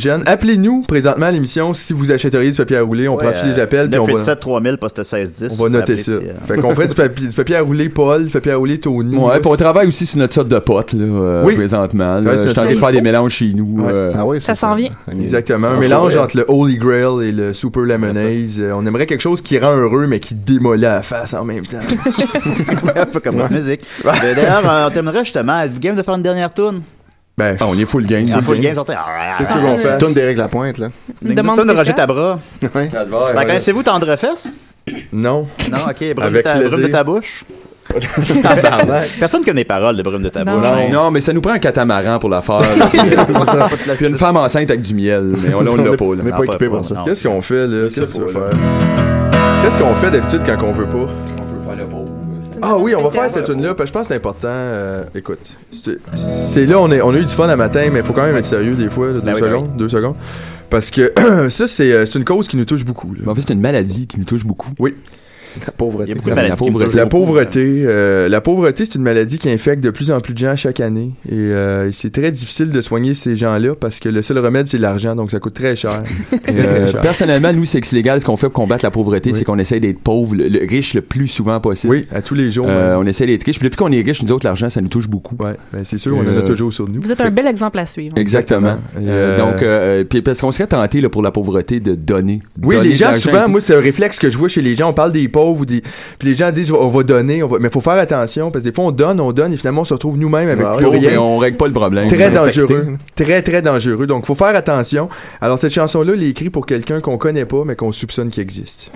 appelez-nous présentement à l'émission si vous achèteriez du papier à rouler. On Ouais, prend tous les appels. Puis on va, sept trois mille poste seize dix. on va noter ça. Appelez, Fait qu'on ferait du papier, du papier à rouler Paul, du papier à rouler Tony. Ouais, puis on travaille aussi sur notre sorte de pote, là, euh, Oui. présentement. Là. Ouais, c'est Je suis en train notre de faire sorte. des mélanges chez nous. Ouais. euh. Ah oui, Ça s'en vient. Exactement. Ça Un va mélange faire. entre le Holy Grail et le Super Lemonade. Euh, On aimerait quelque chose qui rend heureux, mais qui démolit à la face en même temps. Un peu comme la musique. Mais D'ailleurs, euh, on terminerait justement. Êtes-vous game de faire une dernière tune? Ben, Ah, on est full game. Il faut le game game. sortir. qu'est-ce que tu veux qu'on fasse? Tourne d'Éric Lapointe, là. Une Demande tune de Roger spéciale. Tabra. Ouais. Calvaire, Ben, ouais. connaissez-vous Tendrefesse? Non. Non, ok. Brume, Avec de ta, plaisir. brume de ta bouche. Personne connaît les paroles de Brume de ta Non. bouche. hein. Non, mais ça nous prend un catamaran pour la faire. là, puis, euh, puis une femme enceinte avec du miel. Mais on, là, on l'a pas, là. On n'est pas équipé pour ça. non. Qu'est-ce qu'on fait, là? Qu'est-ce que tu veux pas, faire? Qu'est-ce qu'on fait d'habitude quand on veut pas? On peut faire le pauvre. Ah oui, on va faire cette tune là parce que je pense que c'est important. euh, écoute, c'est c'est là, on, est, on a eu du fun à matin, mais il faut quand même être sérieux des fois, là, deux Ben oui, ben secondes, deux secondes. Parce que ça, c'est euh, c'est une cause qui nous touche beaucoup. Là. Mais en fait, c'est une maladie qui nous touche beaucoup. Oui. La pauvreté. Il y a beaucoup de La maladies qui me pauvreté. touchent La beaucoup. pauvreté, euh, la pauvreté, c'est une maladie qui infecte de plus en plus de gens chaque année. Et euh, c'est très difficile de soigner ces gens-là parce que le seul remède, c'est l'argent, donc ça coûte très cher. Très, Euh, très cher. personnellement, nous, Sexe Légal, ce qu'on fait pour combattre la pauvreté, Oui. c'est qu'on essaie d'être pauvre, le, le riche le plus souvent possible. Oui, à tous les jours. Euh, même. on essaie d'être riche. Puis depuis qu'on est riche, nous autres, l'argent, ça nous touche beaucoup. Ouais, ben c'est sûr, on en a Euh, toujours sur nous. Vous êtes un bel exemple à suivre. Exactement. Exactement. Euh, Euh, donc, euh, puis parce qu'on serait tenté là, pour la pauvreté de donner. Oui, Donner les de gens, l'argent et souvent, tout. moi, c'est un réflexe que je vois chez les gens. On parle des pauvres, ou des... puis les gens disent on va donner, on va... mais il faut faire attention parce que des fois, on donne, on donne, et finalement, on se retrouve nous-mêmes avec Ah plus oui, Et rien. on règle pas le problème. Très On est infecté. dangereux. Très, très dangereux. Donc, faut faire attention. Alors, cette chanson-là, elle est écrite pour quelqu'un qu'on connaît pas, mais qu'on soupçonne qu'il existe.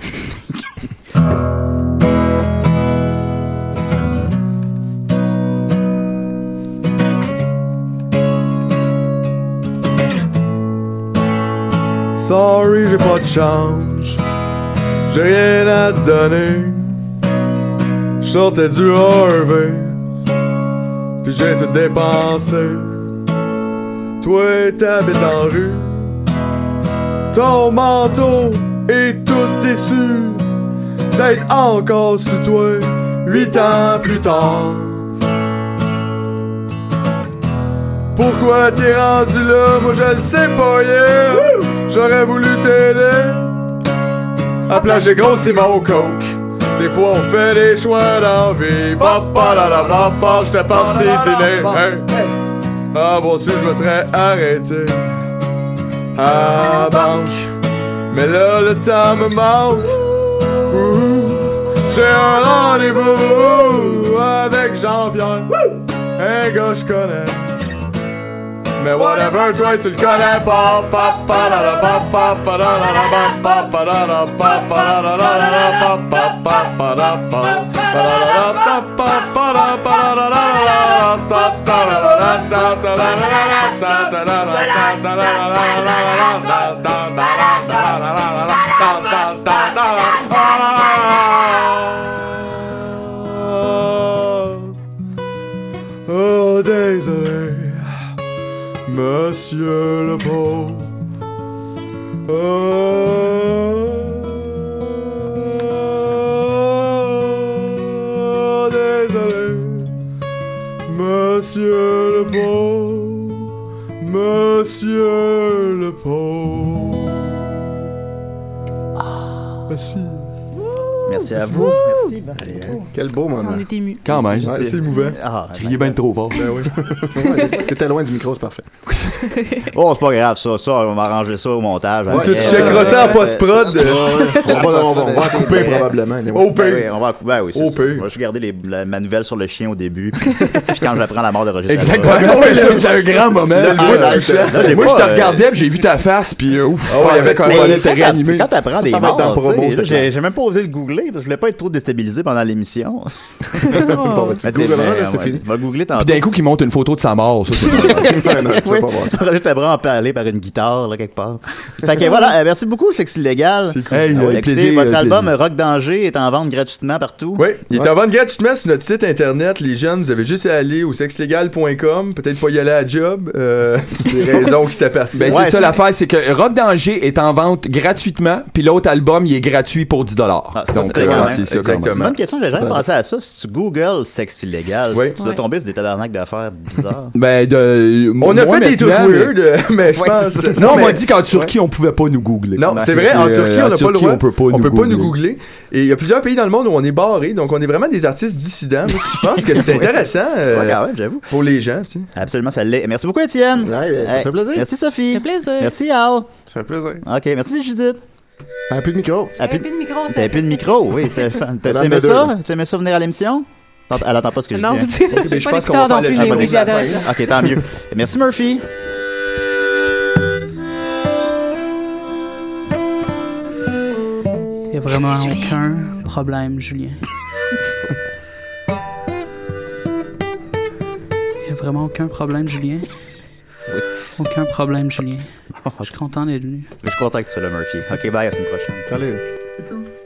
Sorry, j'ai pas de change. J'ai rien à te donner. Je sortais du Harvey. Puis j'ai tout dépensé. Toi, t'habites en rue. Ton manteau est tout déçu d'être encore sous toi huit ans plus tard. Pourquoi t'es rendu là? Moi je le sais pas, yeah. J'aurais voulu t'aider. À plager gros, c'est mon coke. Des fois on fait des choix dans la vie. Papa la la papa, j'étais parti dîner. Hey. Ah bon, si je me serais arrêté à la banque. Mais là le temps me manque. Ouh. J'ai un rendez-vous avec Jean-Pierre. Un gars je connais. Mais whatever, toi tu le connais pas. Papa la la papa pa la la la papa la la papa la la la la papa papa la pa la la la papa pa la pa la la la ta ta la la ta ta la la la ta ta la la ta la la la ta ta la la la ta ta ta la. Oh désolé. Monsieur le pauvre, oh, désolé, Monsieur le pauvre, Monsieur le pauvre. Merci. Merci à vous. Merci. merci. Quel beau moment. On est émus. Quand même. Ouais, c'est émouvant. Ah, Crier bien trop fort. Ben oui. Ouais, T'étais loin du micro, c'est parfait. Oh, c'est pas grave, ça. Ça, on va arranger ça au montage. Ça, tu Après, checkeras ça en euh, post-prod. On va, on va, on va en couper probablement. Au Ben oui, pire. on va couper. Ben oui, c'est Au ça. pire. On va juste garder les, la- ma nouvelle sur le chien au début. Puis, puis quand j'apprends la mort de Roger Tabra. Exactement. Ouais, C'était c'est c'était un grand moment. Le ça. bout Moi, de touchant, ça. Moi, Des je te fois, euh, regardais, puis j'ai vu ta face, puis euh, ouf, Ah ouais, je pensais avec- qu'on Mais allait quand te t'a- réanimer. quand t'apprends Ça, des ça va être morts, en promo, tu sais, c'est j'ai clair. j'ai même pas osé le googler parce que je voulais pas être trop déstabilisé pendant l'émission. Tu me parles, tu Mais googles, mais, là, c'est ouais, fini. On va googler tantôt. Puis d'un coup, qui monte une photo de sa mort, ça, c'est Ouais, non, tu vas Oui, pas voir ça. Roger Tabra empalé par une guitare, là, quelque part. Fait que voilà, euh, merci beaucoup, Sexe Illégal. C'est cool. Hey, Ah ouais, avec écoutez, plaisir, votre avec album plaisir. Rock Danger est en vente gratuitement partout. Oui, il est Ouais. en vente gratuitement sur notre site internet. Les jeunes, vous avez juste à aller au sexlégal point com. Peut-être pas y aller à job. Euh, des raisons qui t'appartiennent. Ben, Ouais, c'est ça c'est- l'affaire, c'est que Rock Danger est en vente gratuitement, puis l'autre album, il est gratuit pour dix dollars. Ah, c'est Donc, Donc, c'est euh, ouais, c'est ça. exactement. C'est une bonne question, j'ai jamais C'est pensé à ça. Si tu googles sexe illégal, Oui. tu dois Ouais. tomber sur des tabarnak d'affaires bizarres. Ben, de, On a moi, fait des trucs maintenant, mais- weird, euh, mais je Ouais, pense. c'est ça. Non, on mais- m'a dit qu'en Turquie, on pouvait pas nous googler. Non, Ben, c'est vrai, en euh, Turquie, on n'a pas le Turquie, droit. On peut pas on nous peut pas googler. nous googler. Et il y a plusieurs pays dans le monde où on est barré, donc on est vraiment des artistes dissidents. Moi, je pense que c'est Ouais, intéressant euh, Ouais, quand même, j'avoue. pour les gens, tu sais. Absolument, ça l'est. Merci beaucoup, Étienne. Ouais, ça Hey, fait plaisir. Merci, Sophie. Ça fait plaisir. Merci, Al. Ça fait plaisir. OK, merci, Judith. Un peu de micro. Ah, puis- Un peu de micro. ça T'avais plus de micro, oui, c'est le fun. T'as- Tu Madame aimais de ça? deux. Tu aimais ça venir à l'émission? T'entends- Elle entend pas ce que je Non, dis. hein. tu sais, Mais J'ai je pas pense qu'on va d'écouteur faire non le plus, jump mais oui, de la j'adore fin. ça. OK, tant mieux. Merci, Murphy. Il y a vraiment aucun problème, Julien. Il y a vraiment aucun problème, Julien. Aucun problème, Julien. Je suis content d'être venu. Je suis content que tu sois là, Murphy. OK, bye, à la semaine prochaine. Salut.